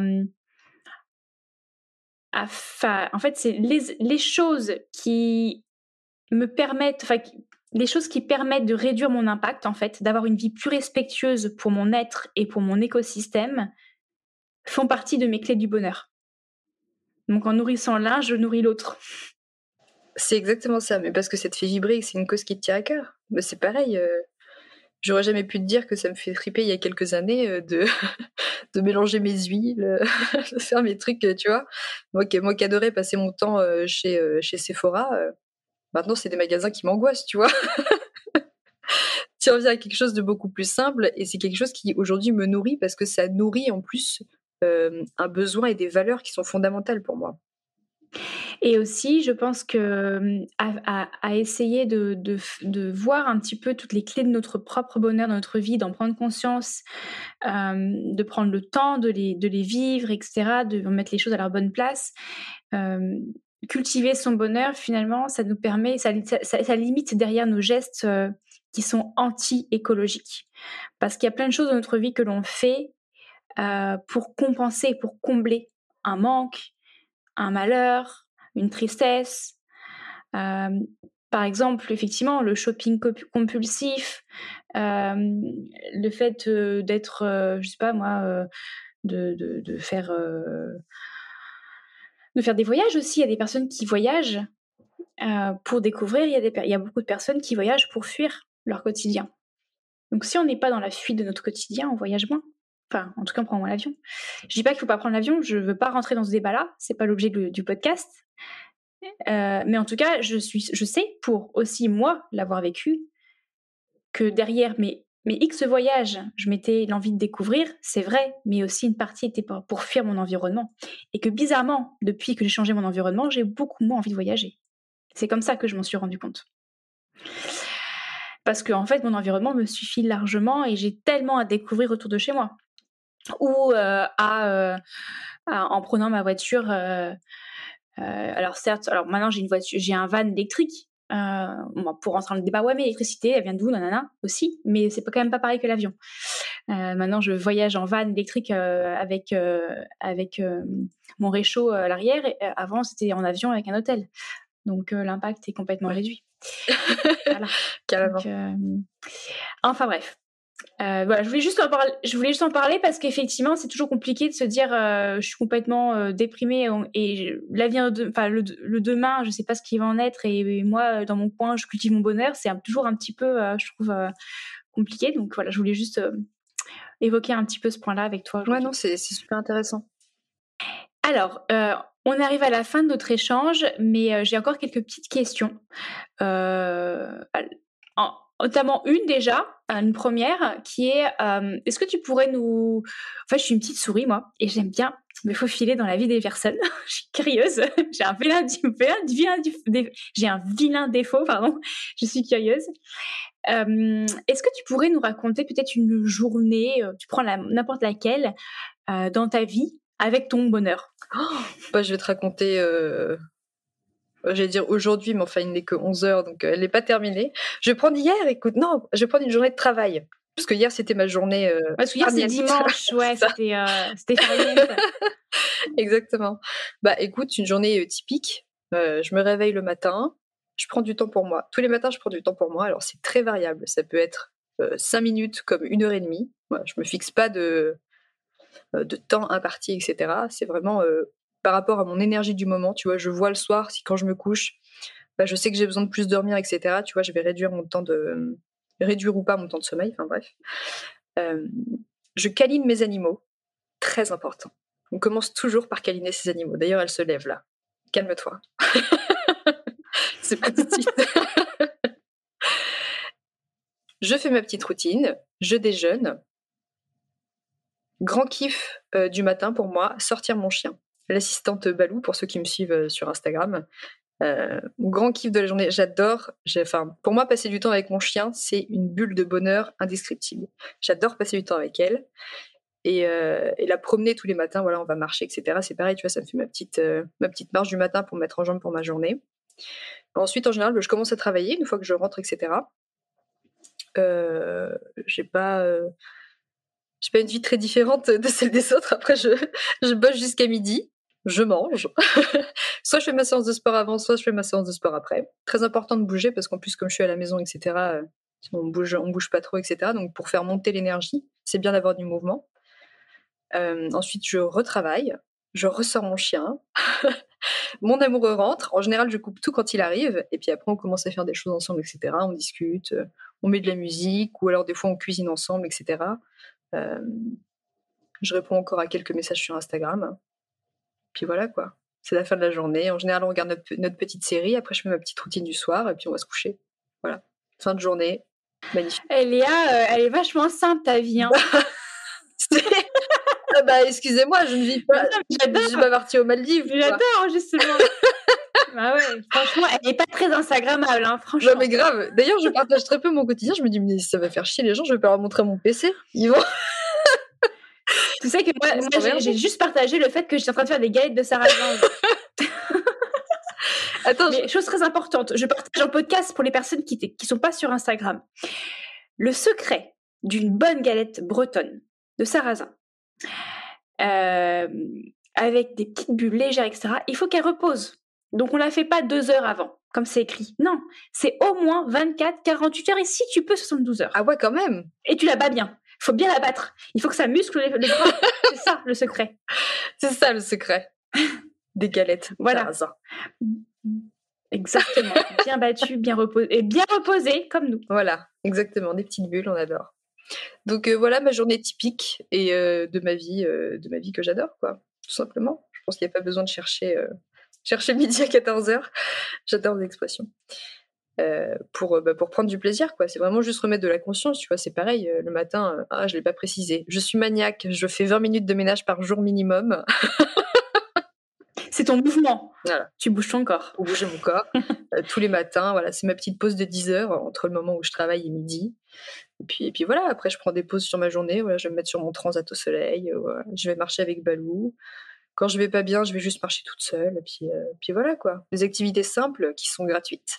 à fa... en fait, c'est les, les choses qui me permettent... Enfin, les choses qui permettent de réduire mon impact, en fait, d'avoir une vie plus respectueuse pour mon être et pour mon écosystème, font partie de mes clés du bonheur. Donc en nourrissant l'un, je nourris l'autre. C'est exactement ça, mais parce que ça te fait vibrer et que c'est une cause qui te tient à cœur. Mais c'est pareil, euh, j'aurais jamais pu te dire que ça me fait triper il y a quelques années euh, de, de mélanger mes huiles, euh, de faire mes trucs, tu vois. Moi qui, moi qui adorais passer mon temps euh, chez, euh, chez Sephora, euh, maintenant, c'est des magasins qui m'angoissent, tu vois. Tu reviens à quelque chose de beaucoup plus simple et c'est quelque chose qui, aujourd'hui, me nourrit parce que ça nourrit, en plus, euh, un besoin et des valeurs qui sont fondamentales pour moi. Et aussi, je pense que à, à, à essayer de, de, de voir un petit peu toutes les clés de notre propre bonheur dans notre vie, d'en prendre conscience, euh, de prendre le temps de les, de les vivre, et cetera, de mettre les choses à leur bonne place, euh, cultiver son bonheur, finalement, ça nous permet, ça, ça, ça limite derrière nos gestes euh, qui sont anti-écologiques. Parce qu'il y a plein de choses dans notre vie que l'on fait euh, pour compenser, pour combler un manque, un malheur, une tristesse. Euh, par exemple, effectivement, le shopping compulsif, euh, le fait euh, d'être, euh, je sais pas moi, euh, de, de, de faire... Euh, de faire des voyages aussi. Il y a des personnes qui voyagent euh, pour découvrir. Il y, a des, il y a beaucoup de personnes qui voyagent pour fuir leur quotidien. Donc si on n'est pas dans la fuite de notre quotidien, on voyage moins. Enfin, en tout cas, on prend moins l'avion. Je dis pas qu'il faut pas prendre l'avion. Je veux pas rentrer dans ce débat-là. C'est pas l'objet du, du podcast. Euh, mais en tout cas, je suis, je sais, pour aussi moi l'avoir vécu, que derrière mes mes X voyages, je m'étais l'envie de découvrir, c'est vrai, mais aussi une partie était pour, pour fuir mon environnement. Et que bizarrement, depuis que j'ai changé mon environnement, j'ai beaucoup moins envie de voyager. C'est comme ça que je m'en suis rendu compte. Parce que en fait, mon environnement me suffit largement et j'ai tellement à découvrir autour de chez moi. Ou euh, à, euh, à, en prenant ma voiture. Euh, euh, alors certes, alors maintenant j'ai une voiture, j'ai un van électrique. Euh, bon, pour rentrer dans le débat, ouais, mais l'électricité, elle vient d'où, nanana, aussi, mais c'est pas, quand même pas pareil que l'avion. Euh, maintenant, je voyage en van électrique euh, avec euh, avec euh, mon réchaud à l'arrière. Et, euh, avant, c'était en avion avec un hôtel, donc euh, l'impact est complètement réduit. Voilà. Carrément. Donc, euh, enfin bref. Euh, voilà, je voulais juste en parler. Je voulais juste en parler parce qu'effectivement, c'est toujours compliqué de se dire, euh, je suis complètement euh, déprimée et, et l'avenir, de, enfin le, le demain, je sais pas ce qui va en être et, et moi, dans mon coin, je cultive mon bonheur. C'est un, toujours un petit peu, euh, je trouve, euh, compliqué. Donc voilà, je voulais juste euh, évoquer un petit peu ce point-là avec toi. Ouais, non, c'est, c'est super intéressant. Alors, euh, on arrive à la fin de notre échange, mais euh, j'ai encore quelques petites questions. Euh, en, notamment une déjà, une première, qui est euh, est-ce que tu pourrais nous... Enfin, je suis une petite souris, moi, et j'aime bien me faufiler dans la vie des personnes. Je suis curieuse. J'ai un vilain, vilain, vilain, vilain, j'ai un vilain défaut, pardon. Je suis curieuse. Euh, est-ce que tu pourrais nous raconter peut-être une journée, euh, tu prends la, n'importe laquelle, euh, dans ta vie, avec ton bonheur? Oh, bah, je vais te raconter... Euh... J'allais dire aujourd'hui, mais enfin, il n'est que onze heures, donc euh, elle n'est pas terminée. Je vais prendre hier, écoute, non, je vais prendre une journée de travail. Parce que hier, c'était ma journée... Euh, Parce que hier, c'est dimanche, ouais, c'était, euh, c'était férié. Exactement. Bah, écoute, une journée euh, typique. Euh, je me réveille le matin, je prends du temps pour moi. Tous les matins, je prends du temps pour moi. Alors, c'est très variable. Ça peut être euh, cinq minutes comme une heure et demie. Ouais, je me fixe pas de, euh, de temps imparti, et cetera. C'est vraiment... Euh, par rapport à mon énergie du moment, tu vois, je vois le soir, si quand je me couche, bah, je sais que j'ai besoin de plus dormir, et cetera. Tu vois, je vais réduire mon temps de... réduire ou pas mon temps de sommeil, enfin bref. Euh, je câline mes animaux, très important. On commence toujours par câliner ses animaux. D'ailleurs, elle se lève là. Calme-toi. C'est positif. Je fais ma petite routine, je déjeune. Grand kiff euh, du matin pour moi, sortir mon chien. L'assistante Balou, pour ceux qui me suivent sur Instagram. Euh, grand kiff de la journée, j'adore. J'ai, enfin, pour moi, passer du temps avec mon chien, c'est une bulle de bonheur indescriptible. J'adore passer du temps avec elle. Et, euh, et la promener tous les matins, voilà, on va marcher, et cetera. C'est pareil, tu vois, ça me fait ma petite, euh, ma petite marche du matin pour me mettre en jambe pour ma journée. Ensuite, en général, je commence à travailler une fois que je rentre, et cetera. Euh, j'ai pas... Euh, j'ai pas une vie très différente de celle des autres. Après, je, je bosse jusqu'à midi. Je mange. Soit je fais ma séance de sport avant, soit je fais ma séance de sport après. Très important de bouger parce qu'en plus, comme je suis à la maison, et cetera, euh, on bouge, on bouge pas trop, et cetera. Donc, pour faire monter l'énergie, c'est bien d'avoir du mouvement. Euh, ensuite, je retravaille. Je ressors mon chien. Mon amoureux rentre. En général, je coupe tout quand il arrive. Et puis après, on commence à faire des choses ensemble, et cetera. On discute, on met de la musique ou alors des fois, on cuisine ensemble, et cetera. Euh, je réponds encore à quelques messages sur Instagram. Puis voilà quoi, c'est la fin de la journée. En général, on regarde notre, notre petite série. Après, je fais ma petite routine du soir et puis on va se coucher. Voilà, fin de journée, magnifique. Eh, Léa, euh, elle est vachement simple ta vie. Hein. Ah bah excusez-moi, je ne vis pas. Non, j'adore. Je suis pas partie aux Maldives. J'adore justement. Bah ouais, franchement, elle n'est pas très instagrammable, hein, franchement. Non mais grave. D'ailleurs, je partage très peu mon quotidien. Je me dis mais ça va faire chier les gens. Je vais pas leur montrer mon P C. Ils vont. Tu sais que moi, moi j'ai, j'ai juste partagé le fait que j'étais en train de faire des galettes de sarrasin. Attends, mais je... chose très importante, je partage en podcast pour les personnes qui ne sont pas sur Instagram. Le secret d'une bonne galette bretonne de sarrasin, euh, avec des petites bulles légères, et cetera, il faut qu'elle repose. Donc, on ne la fait pas deux heures avant, comme c'est écrit. Non, c'est au moins vingt-quatre, quarante-huit heures et si tu peux, soixante-douze heures. Ah ouais, quand même. Et tu la bats bien. Il faut bien la battre. Il faut que ça muscle les, les bras. C'est ça, le secret. C'est ça, le secret. Des galettes. Voilà. Exactement. Bien battu, bien reposé. Et bien reposé, comme nous. Voilà, exactement. Des petites bulles, on adore. Donc, euh, voilà ma journée typique et euh, de ma vie euh, de ma vie que j'adore, quoi. Tout simplement. Je pense qu'il n'y a pas besoin de chercher, euh, chercher midi à quatorze heures. J'adore l'expression. Euh, pour, bah, pour prendre du plaisir, quoi. C'est vraiment juste remettre de la conscience, tu vois. C'est pareil, euh, le matin, euh, ah, je l'ai pas précisé. Je suis maniaque, je fais vingt minutes de ménage par jour minimum. C'est ton mouvement. Voilà. Tu bouges ton corps. Pour bouger mon corps. euh, tous les matins, voilà, c'est ma petite pause de dix heures entre le moment où je travaille et midi. Et puis, et puis voilà, après je prends des pauses sur ma journée. Voilà, je vais me mettre sur mon transat au soleil. Euh, voilà. Je vais marcher avec Balou. Quand je vais pas bien, je vais juste marcher toute seule. Et puis, euh, puis voilà, quoi. Des activités simples qui sont gratuites.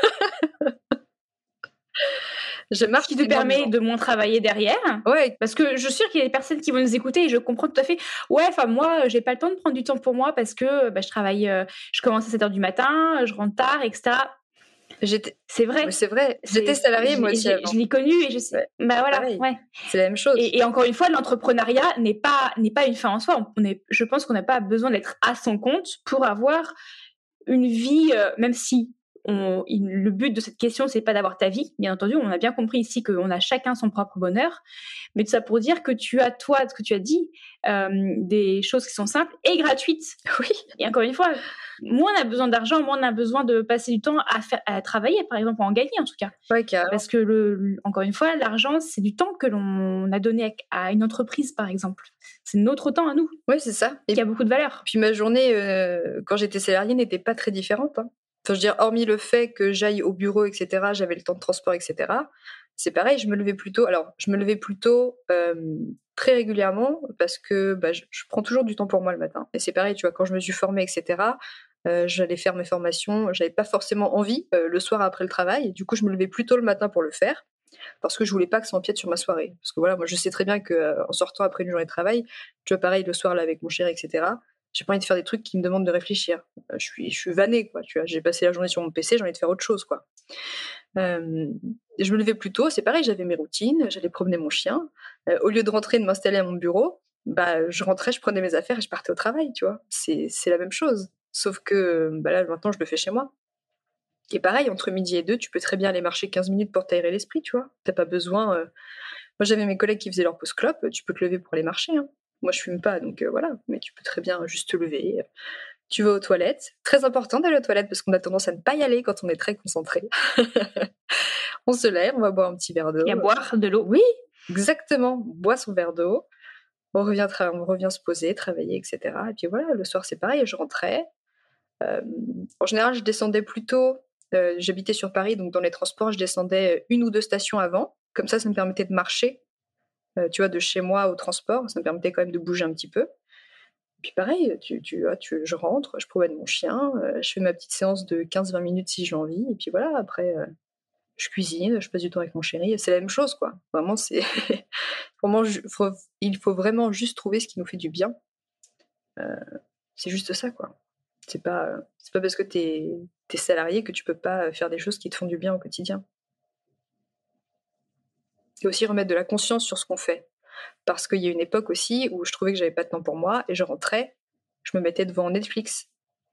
Je marche. Ce qui te permet de moins travailler derrière. Ouais. Parce que je suis sûre qu'il y a des personnes qui vont nous écouter et je comprends tout à fait. Ouais, enfin, moi, j'ai pas le temps de prendre du temps pour moi parce que bah, je travaille, euh, je commence à sept heures du matin, je rentre tard, et cetera. J'étais... C'est vrai. Mais c'est vrai. J'étais salariée, moi aussi. Je, je l'ai connu et je sais. Ouais. Bah voilà. Pareil. Ouais. C'est la même chose. Et, et encore une fois, l'entrepreneuriat n'est pas, n'est pas une fin en soi. On est, je pense qu'on n'a pas besoin d'être à son compte pour avoir une vie, euh, même si on, il, le but de cette question, c'est pas d'avoir ta vie. Bien entendu, on a bien compris ici qu'on a chacun son propre bonheur. Mais tout ça pour dire que tu as, toi, ce que tu as dit, euh, des choses qui sont simples et gratuites. Oui. Et encore une fois, moins on a besoin d'argent, moins on a besoin de passer du temps à, faire, à travailler, par exemple, à en gagner en tout cas. Ouais, carrément. Parce que, le, le, encore une fois, l'argent, c'est du temps que l'on a donné à, à une entreprise, par exemple. C'est notre temps à nous. Oui, c'est ça. Et qui a beaucoup de valeur. Puis ma journée, euh, quand j'étais salariée, n'était pas très différente. Hein. Enfin, je veux dire, hormis le fait que j'aille au bureau, et cetera, j'avais le temps de transport, et cetera. C'est pareil, je me levais plus tôt. Alors, je me levais plus tôt euh, très régulièrement parce que bah, je, je prends toujours du temps pour moi le matin. Et c'est pareil, tu vois, quand je me suis formée, et cetera, euh, j'allais faire mes formations. J'avais pas forcément envie euh, le soir après le travail. Et du coup, je me levais plus tôt le matin pour le faire parce que je voulais pas que ça empiète sur ma soirée. Parce que voilà, moi, je sais très bien que euh, en sortant après une journée de travail, tu vois, pareil, le soir là avec mon chéri, et cetera, j'ai pas envie de faire des trucs qui me demandent de réfléchir. Euh, je suis, je suis vannée, quoi. Tu vois, j'ai passé la journée sur mon P C, j'ai envie de faire autre chose, quoi. Euh, je me levais plus tôt, c'est pareil, j'avais mes routines, j'allais promener mon chien. Euh, au lieu de rentrer et de m'installer à mon bureau, bah, je rentrais, je prenais mes affaires et je partais au travail, tu vois. C'est, c'est la même chose. Sauf que bah là, maintenant, je le fais chez moi. Et pareil, entre midi et deux, tu peux très bien aller marcher quinze minutes pour t'aérer l'esprit, tu vois. T'as pas besoin... Euh... Moi, j'avais mes collègues qui faisaient leur pause clope, tu peux te lever pour aller marcher, hein. Moi, je fume pas, donc euh, voilà. Mais tu peux très bien juste te lever. Tu vas aux toilettes. Très important d'aller aux toilettes parce qu'on a tendance à ne pas y aller quand on est très concentré. On se lève, on va boire un petit verre d'eau. Et à boire de l'eau. Oui, exactement. On boit son verre d'eau. On revient, tra- on revient se poser, travailler, et cetera. Et puis voilà, le soir, c'est pareil. Je rentrais. Euh, en général, je descendais plus tôt. Euh, j'habitais sur Paris, donc dans les transports, je descendais une ou deux stations avant. Comme ça, ça me permettait de marcher. Euh, tu vois, de chez moi au transport. Ça me permettait quand même de bouger un petit peu. Puis pareil, tu, tu, tu, je rentre, je promène mon chien, euh, je fais ma petite séance de quinze à vingt minutes si j'ai envie, et puis voilà, après, euh, je cuisine, je passe du temps avec mon chéri, c'est la même chose, quoi. Vraiment, c'est... vraiment, faut, il faut vraiment juste trouver ce qui nous fait du bien. Euh, c'est juste ça, quoi. C'est pas, c'est pas parce que t'es, t'es salarié que tu peux pas faire des choses qui te font du bien au quotidien. Et aussi remettre de la conscience sur ce qu'on fait. Parce qu'il y a une époque aussi où je trouvais que j'avais pas de temps pour moi et je rentrais, je me mettais devant Netflix.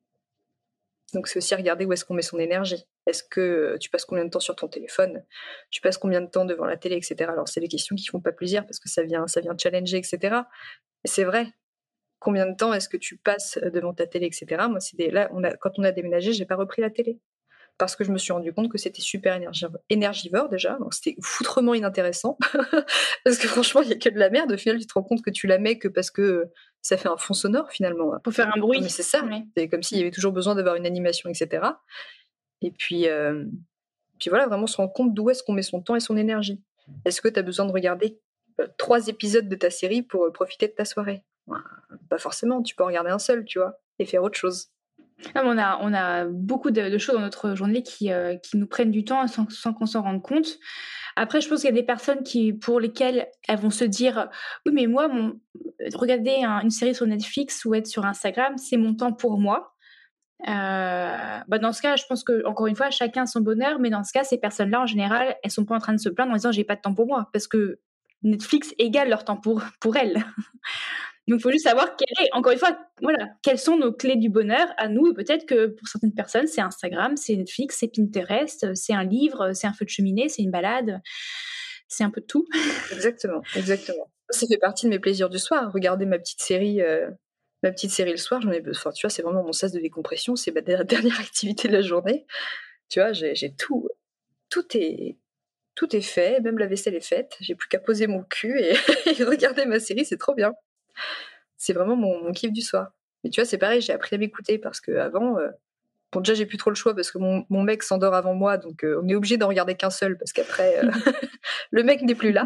Donc c'est aussi regarder où est-ce qu'on met son énergie. Est-ce que tu passes combien de temps sur ton téléphone ? Tu passes combien de temps devant la télé, et cetera. Alors c'est des questions qui font pas plaisir parce que ça vient, ça vient challenger, et cetera. Et c'est vrai. Combien de temps est-ce que tu passes devant ta télé, et cetera. Moi, c'est des... là, on a... quand on a déménagé, j'ai pas repris la télé. Parce que je me suis rendu compte que c'était super énergivore, énergivore déjà, donc c'était foutrement inintéressant, parce que franchement, il n'y a que de la merde, au final, tu te rends compte que tu la mets que parce que ça fait un fond sonore, finalement. Pour faire un bruit. Mais c'est ça, ouais. C'est comme s'il y avait toujours besoin d'avoir une animation, et cetera. Et puis, euh... puis voilà, vraiment se rendre compte d'où est-ce qu'on met son temps et son énergie. Est-ce que tu as besoin de regarder euh, trois épisodes de ta série pour euh, profiter de ta soirée ? Ouais, pas forcément, tu peux en regarder un seul, tu vois, et faire autre chose. Non, on, a, on a beaucoup de, de choses dans notre journée qui, euh, qui nous prennent du temps sans, sans qu'on s'en rende compte. Après, je pense qu'il y a des personnes qui, pour lesquelles elles vont se dire « Oui, mais moi, mon, regarder un, une série sur Netflix ou être sur Instagram, c'est mon temps pour moi. Euh, » bah dans ce cas, je pense que, encore une fois, chacun a son bonheur, mais dans ce cas, ces personnes-là, en général, elles sont pas en train de se plaindre en disant « J'ai pas de temps pour moi », parce que Netflix égale leur temps pour, pour elles. Donc, il faut juste savoir, quelle est, encore une fois, voilà, quelles sont nos clés du bonheur à nous. Et peut-être que pour certaines personnes, c'est Instagram, c'est Netflix, c'est Pinterest, c'est un livre, c'est un feu de cheminée, c'est une balade, c'est un peu de tout. Exactement, exactement. Ça fait partie de mes plaisirs du soir. Regarder ma petite série, euh, ma petite série le soir, j'en ai besoin. Tu vois, c'est vraiment mon sas de décompression. C'est ma dernière activité de la journée. Tu vois, j'ai, j'ai tout, tout est, tout est fait. Même la vaisselle est faite. J'ai plus qu'à poser mon cul et, et regarder ma série. C'est trop bien. C'est vraiment mon, mon kiff du soir. Mais tu vois, c'est pareil, j'ai appris à m'écouter parce qu'avant, euh, bon, déjà, j'ai plus trop le choix parce que mon, mon mec s'endort avant moi, donc euh, on est obligé d'en regarder qu'un seul parce qu'après, euh, le mec n'est plus là.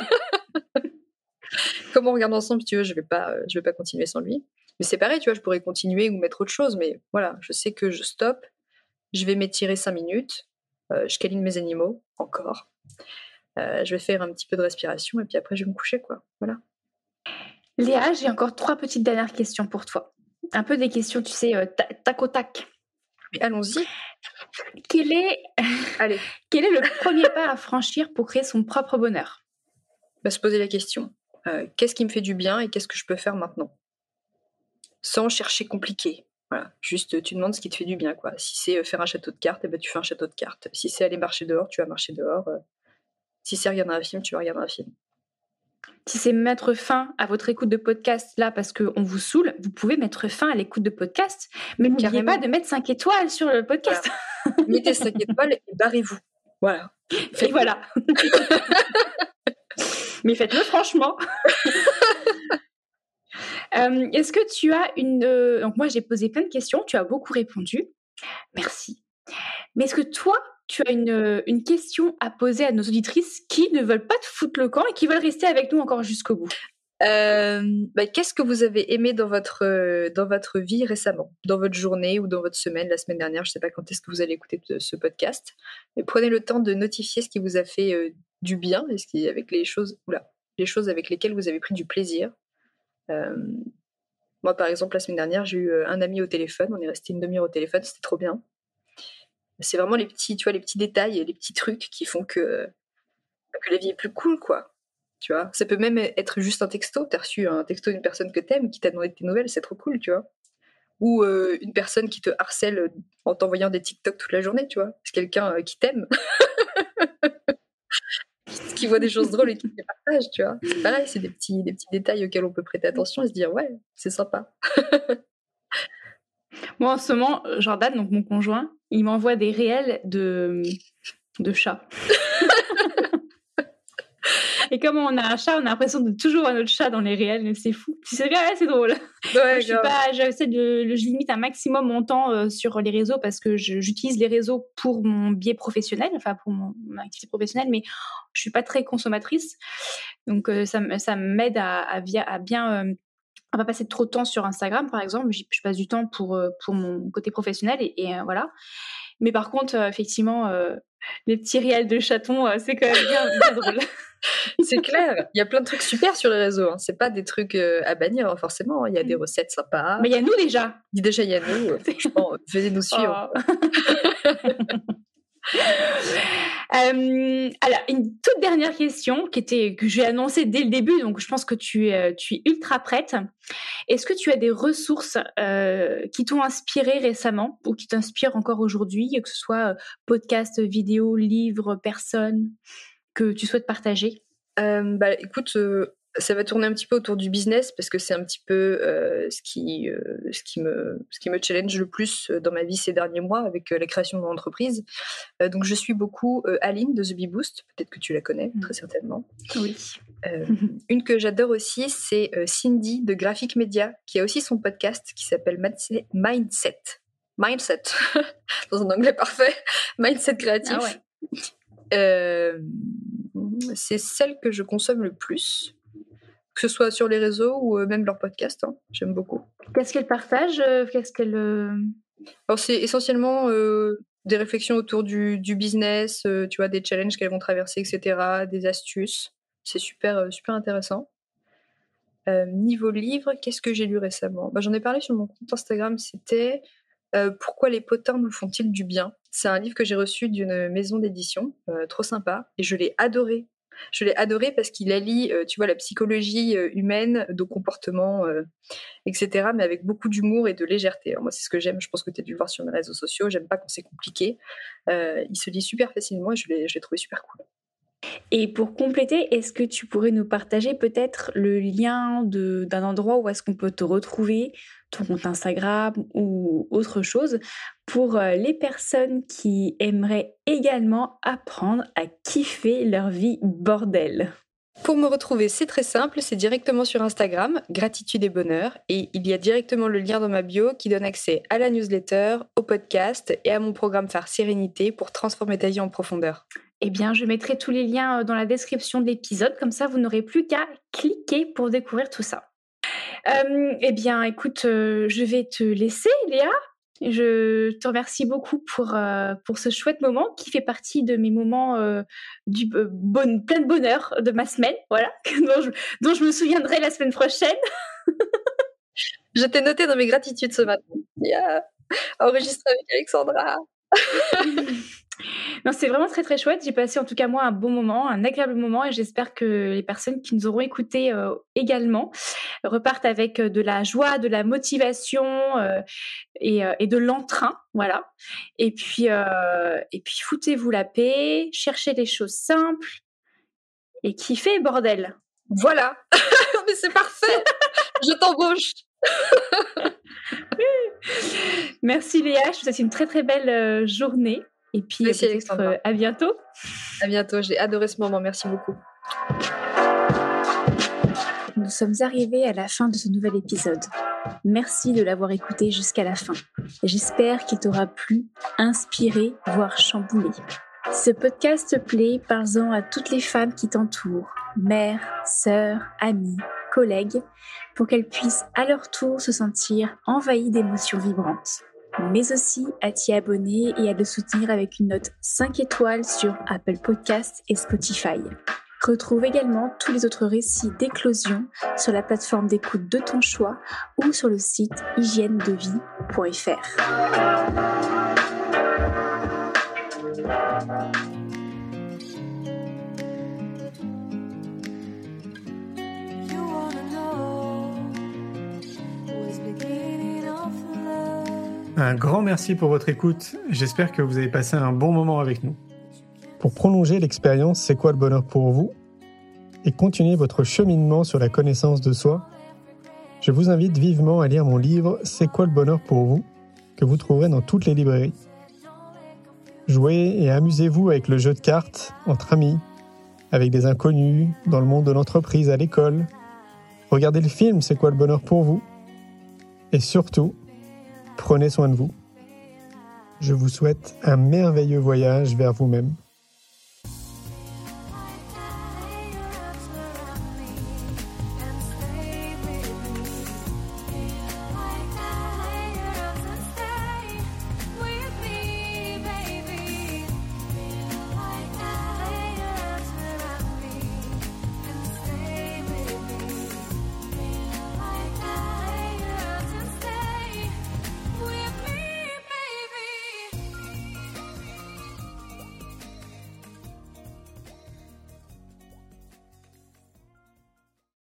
Comme on regarde ensemble, si tu veux, je vais pas, euh, je vais pas continuer sans lui. Mais c'est pareil, tu vois, je pourrais continuer ou mettre autre chose, mais voilà, je sais que je stoppe, je vais m'étirer cinq minutes, euh, je câline mes animaux, encore. Euh, je vais faire un petit peu de respiration et puis après, je vais me coucher, quoi. Voilà. Léa, j'ai encore trois petites dernières questions pour toi. Un peu des questions, tu sais, euh, tac au tac. Mais allons-y. Quel est... Allez. Quel est le premier pas à franchir pour créer son propre bonheur ? Bah, se poser la question. Euh, qu'est-ce qui me fait du bien et qu'est-ce que je peux faire maintenant ? Sans chercher compliqué. Voilà, juste tu demandes ce qui te fait du bien, quoi. Si c'est faire un château de cartes, eh ben, tu fais un château de cartes. Si c'est aller marcher dehors, tu vas marcher dehors. Si c'est regarder un film, tu vas regarder un film. Si c'est mettre fin à votre écoute de podcast là parce qu'on vous saoule, vous pouvez mettre fin à l'écoute de podcast. Mais n'oubliez Carrément. pas de mettre cinq étoiles sur le podcast. Voilà. Mettez cinq étoiles et barrez-vous. Voilà. Et voilà. Mais faites-le franchement. euh, est-ce que tu as une... Euh... Donc moi, j'ai posé plein de questions. Tu as beaucoup répondu. Merci. Mais est-ce que toi, tu as une, une question à poser à nos auditrices qui ne veulent pas te foutre le camp et qui veulent rester avec nous encore jusqu'au bout? Euh, bah, qu'est-ce que vous avez aimé dans votre, euh, dans votre vie récemment, dans votre journée ou dans votre semaine, la semaine dernière? Je ne sais pas quand est-ce que vous allez écouter ce podcast, mais prenez le temps de notifier ce qui vous a fait euh, du bien et ce qui, avec les choses, oula, les choses avec lesquelles vous avez pris du plaisir. Euh, moi, par exemple, la semaine dernière, j'ai eu un ami au téléphone, on est resté une demi-heure au téléphone, c'était trop bien. C'est vraiment les petits, tu vois, les petits détails et les petits trucs qui font que, que la vie est plus cool, quoi. Tu vois, ça peut même être juste un texto. T'as reçu un texto d'une personne que t'aimes qui t'a demandé tes nouvelles, c'est trop cool, tu vois. Ou euh, une personne qui te harcèle en t'envoyant des TikTok toute la journée, tu vois. C'est quelqu'un euh, qui t'aime, qui voit des choses drôles et qui te les partage, tu vois. C'est pareil, c'est des petits, des petits détails auxquels on peut prêter attention et se dire ouais, c'est sympa. Moi, en ce moment, Jordan, donc mon conjoint, il m'envoie des réels de, de chats. Et comme on a un chat, on a l'impression de toujours avoir notre chat dans les réels, mais c'est fou. C'est vrai, c'est drôle. Ouais, Moi, je suis pas, j'essaie de, je limite un maximum mon temps euh, sur les réseaux parce que je, j'utilise les réseaux pour mon biais professionnel, enfin pour mon, mon activité professionnelle, mais je suis pas très consommatrice. Donc euh, ça, ça m'aide à, à, à bien... Euh, on va passer trop de temps sur Instagram, par exemple. Je passe du temps pour, pour mon côté professionnel et, et euh, voilà. Mais par contre, euh, effectivement, euh, les petits réels de chatons, euh, c'est quand même bien, bien drôle. C'est clair. Il y a plein de trucs super sur les réseaux. Hein. C'est pas des trucs euh, à bannir, hein, forcément. Il y a des recettes sympas. Mais il y a nous déjà. Déjà, il y a nous. Euh, franchement, venez nous suivre. Oh. Euh, alors, une toute dernière question qui était, que j'ai annoncée dès le début, donc je pense que tu es, tu es ultra prête. Est-ce que tu as des ressources euh, qui t'ont inspiré récemment ou qui t'inspirent encore aujourd'hui, que ce soit podcast, vidéo, livre, personne, que tu souhaites partager? euh, bah, Écoute, euh, ça va tourner un petit peu autour du business parce que c'est un petit peu euh, ce, qui, euh, ce, qui me, ce qui me challenge le plus dans ma vie ces derniers mois avec euh, la création de mon entreprise. Euh, donc je suis beaucoup euh, Aline de The Bee Boost, peut-être que tu la connais, mmh. très certainement. Oui. Euh, une que j'adore aussi, c'est euh, Cindy de Graphic Media, qui a aussi son podcast qui s'appelle Mindset. Mindset, dans un anglais parfait. Mindset créatif. Ah ouais. euh, c'est celle que je consomme le plus. Que ce soit sur les réseaux ou même leur podcast, hein. J'aime beaucoup. Qu'est-ce qu'elle partage? Qu'est-ce qu'elle... Alors, c'est essentiellement euh, des réflexions autour du, du business, euh, tu vois, des challenges qu'elles vont traverser, et cetera, des astuces. C'est super, euh, super intéressant. Euh, niveau livre, qu'est-ce que j'ai lu récemment? Bah, j'en ai parlé sur mon compte Instagram, c'était euh, « Pourquoi les potins nous font-ils du bien ?» C'est un livre que j'ai reçu d'une maison d'édition, euh, trop sympa, et je l'ai adoré. Je l'ai adoré parce qu'il allie, euh, tu vois, la psychologie euh, humaine, de comportement, euh, et cetera, mais avec beaucoup d'humour et de légèreté. Alors moi, c'est ce que j'aime. Je pense que tu as dû le voir sur mes réseaux sociaux. J'aime pas quand c'est compliqué. Euh, il se lit super facilement et je l'ai, je l'ai trouvé super cool. Et pour compléter, est-ce que tu pourrais nous partager peut-être le lien de, d'un endroit où est-ce qu'on peut te retrouver, ton compte Instagram ou autre chose, pour les personnes qui aimeraient également apprendre à kiffer leur vie bordel? Pour me retrouver, c'est très simple, c'est directement sur Instagram, Gratitude et Bonheur, et il y a directement le lien dans ma bio qui donne accès à la newsletter, au podcast et à mon programme phare Sérénité pour transformer ta vie en profondeur. Eh bien, je mettrai tous les liens dans la description de l'épisode, comme ça vous n'aurez plus qu'à cliquer pour découvrir tout ça. Euh, eh bien, écoute, euh, je vais te laisser, Léa. Je te remercie beaucoup pour, euh, pour ce chouette moment qui fait partie de mes moments euh, du, euh, bon, plein de bonheur de ma semaine, voilà, dont, je, dont je me souviendrai la semaine prochaine. Je t'ai noté dans mes gratitudes ce matin. Yeah. Enregistré avec Alexandra. Non, c'est vraiment très très chouette. J'ai passé en tout cas moi un bon moment, un agréable moment, et j'espère que les personnes qui nous auront écoutés euh, également repartent avec de la joie, de la motivation euh, et, euh, et de l'entrain, voilà. Et puis euh, et puis foutez-vous la paix, cherchez des choses simples et kiffez, bordel. Voilà. Mais c'est parfait. Je t'embauche. Merci Léa, je vous souhaite une très très belle euh, journée. Et puis Merci, peut-être Alexandra. euh, à bientôt. À bientôt, j'ai adoré ce moment, merci beaucoup. Nous sommes arrivés à la fin de ce nouvel épisode. Merci de l'avoir écouté jusqu'à la fin. J'espère qu'il t'aura plu, inspiré, voire chamboulé. Ce podcast te plaît, parle-en à toutes les femmes qui t'entourent, mères, sœurs, amies, collègues, pour qu'elles puissent à leur tour se sentir envahies d'émotions vibrantes. Mais aussi à t'y abonner et à le soutenir avec une note cinq étoiles sur Apple Podcasts et Spotify. Retrouve également tous les autres récits d'éclosion sur la plateforme d'écoute de ton choix ou sur le site hygiène de vie point f r. Un grand merci pour votre écoute. J'espère que vous avez passé un bon moment avec nous. Pour prolonger l'expérience C'est quoi le bonheur pour vous et continuer votre cheminement sur la connaissance de soi, je vous invite vivement à lire mon livre C'est quoi le bonheur pour vous, que vous trouverez dans toutes les librairies. Jouez et amusez-vous avec le jeu de cartes entre amis, avec des inconnus, dans le monde de l'entreprise, à l'école. Regardez le film C'est quoi le bonheur pour vous. Et surtout, prenez soin de vous. Je vous souhaite un merveilleux voyage vers vous-même.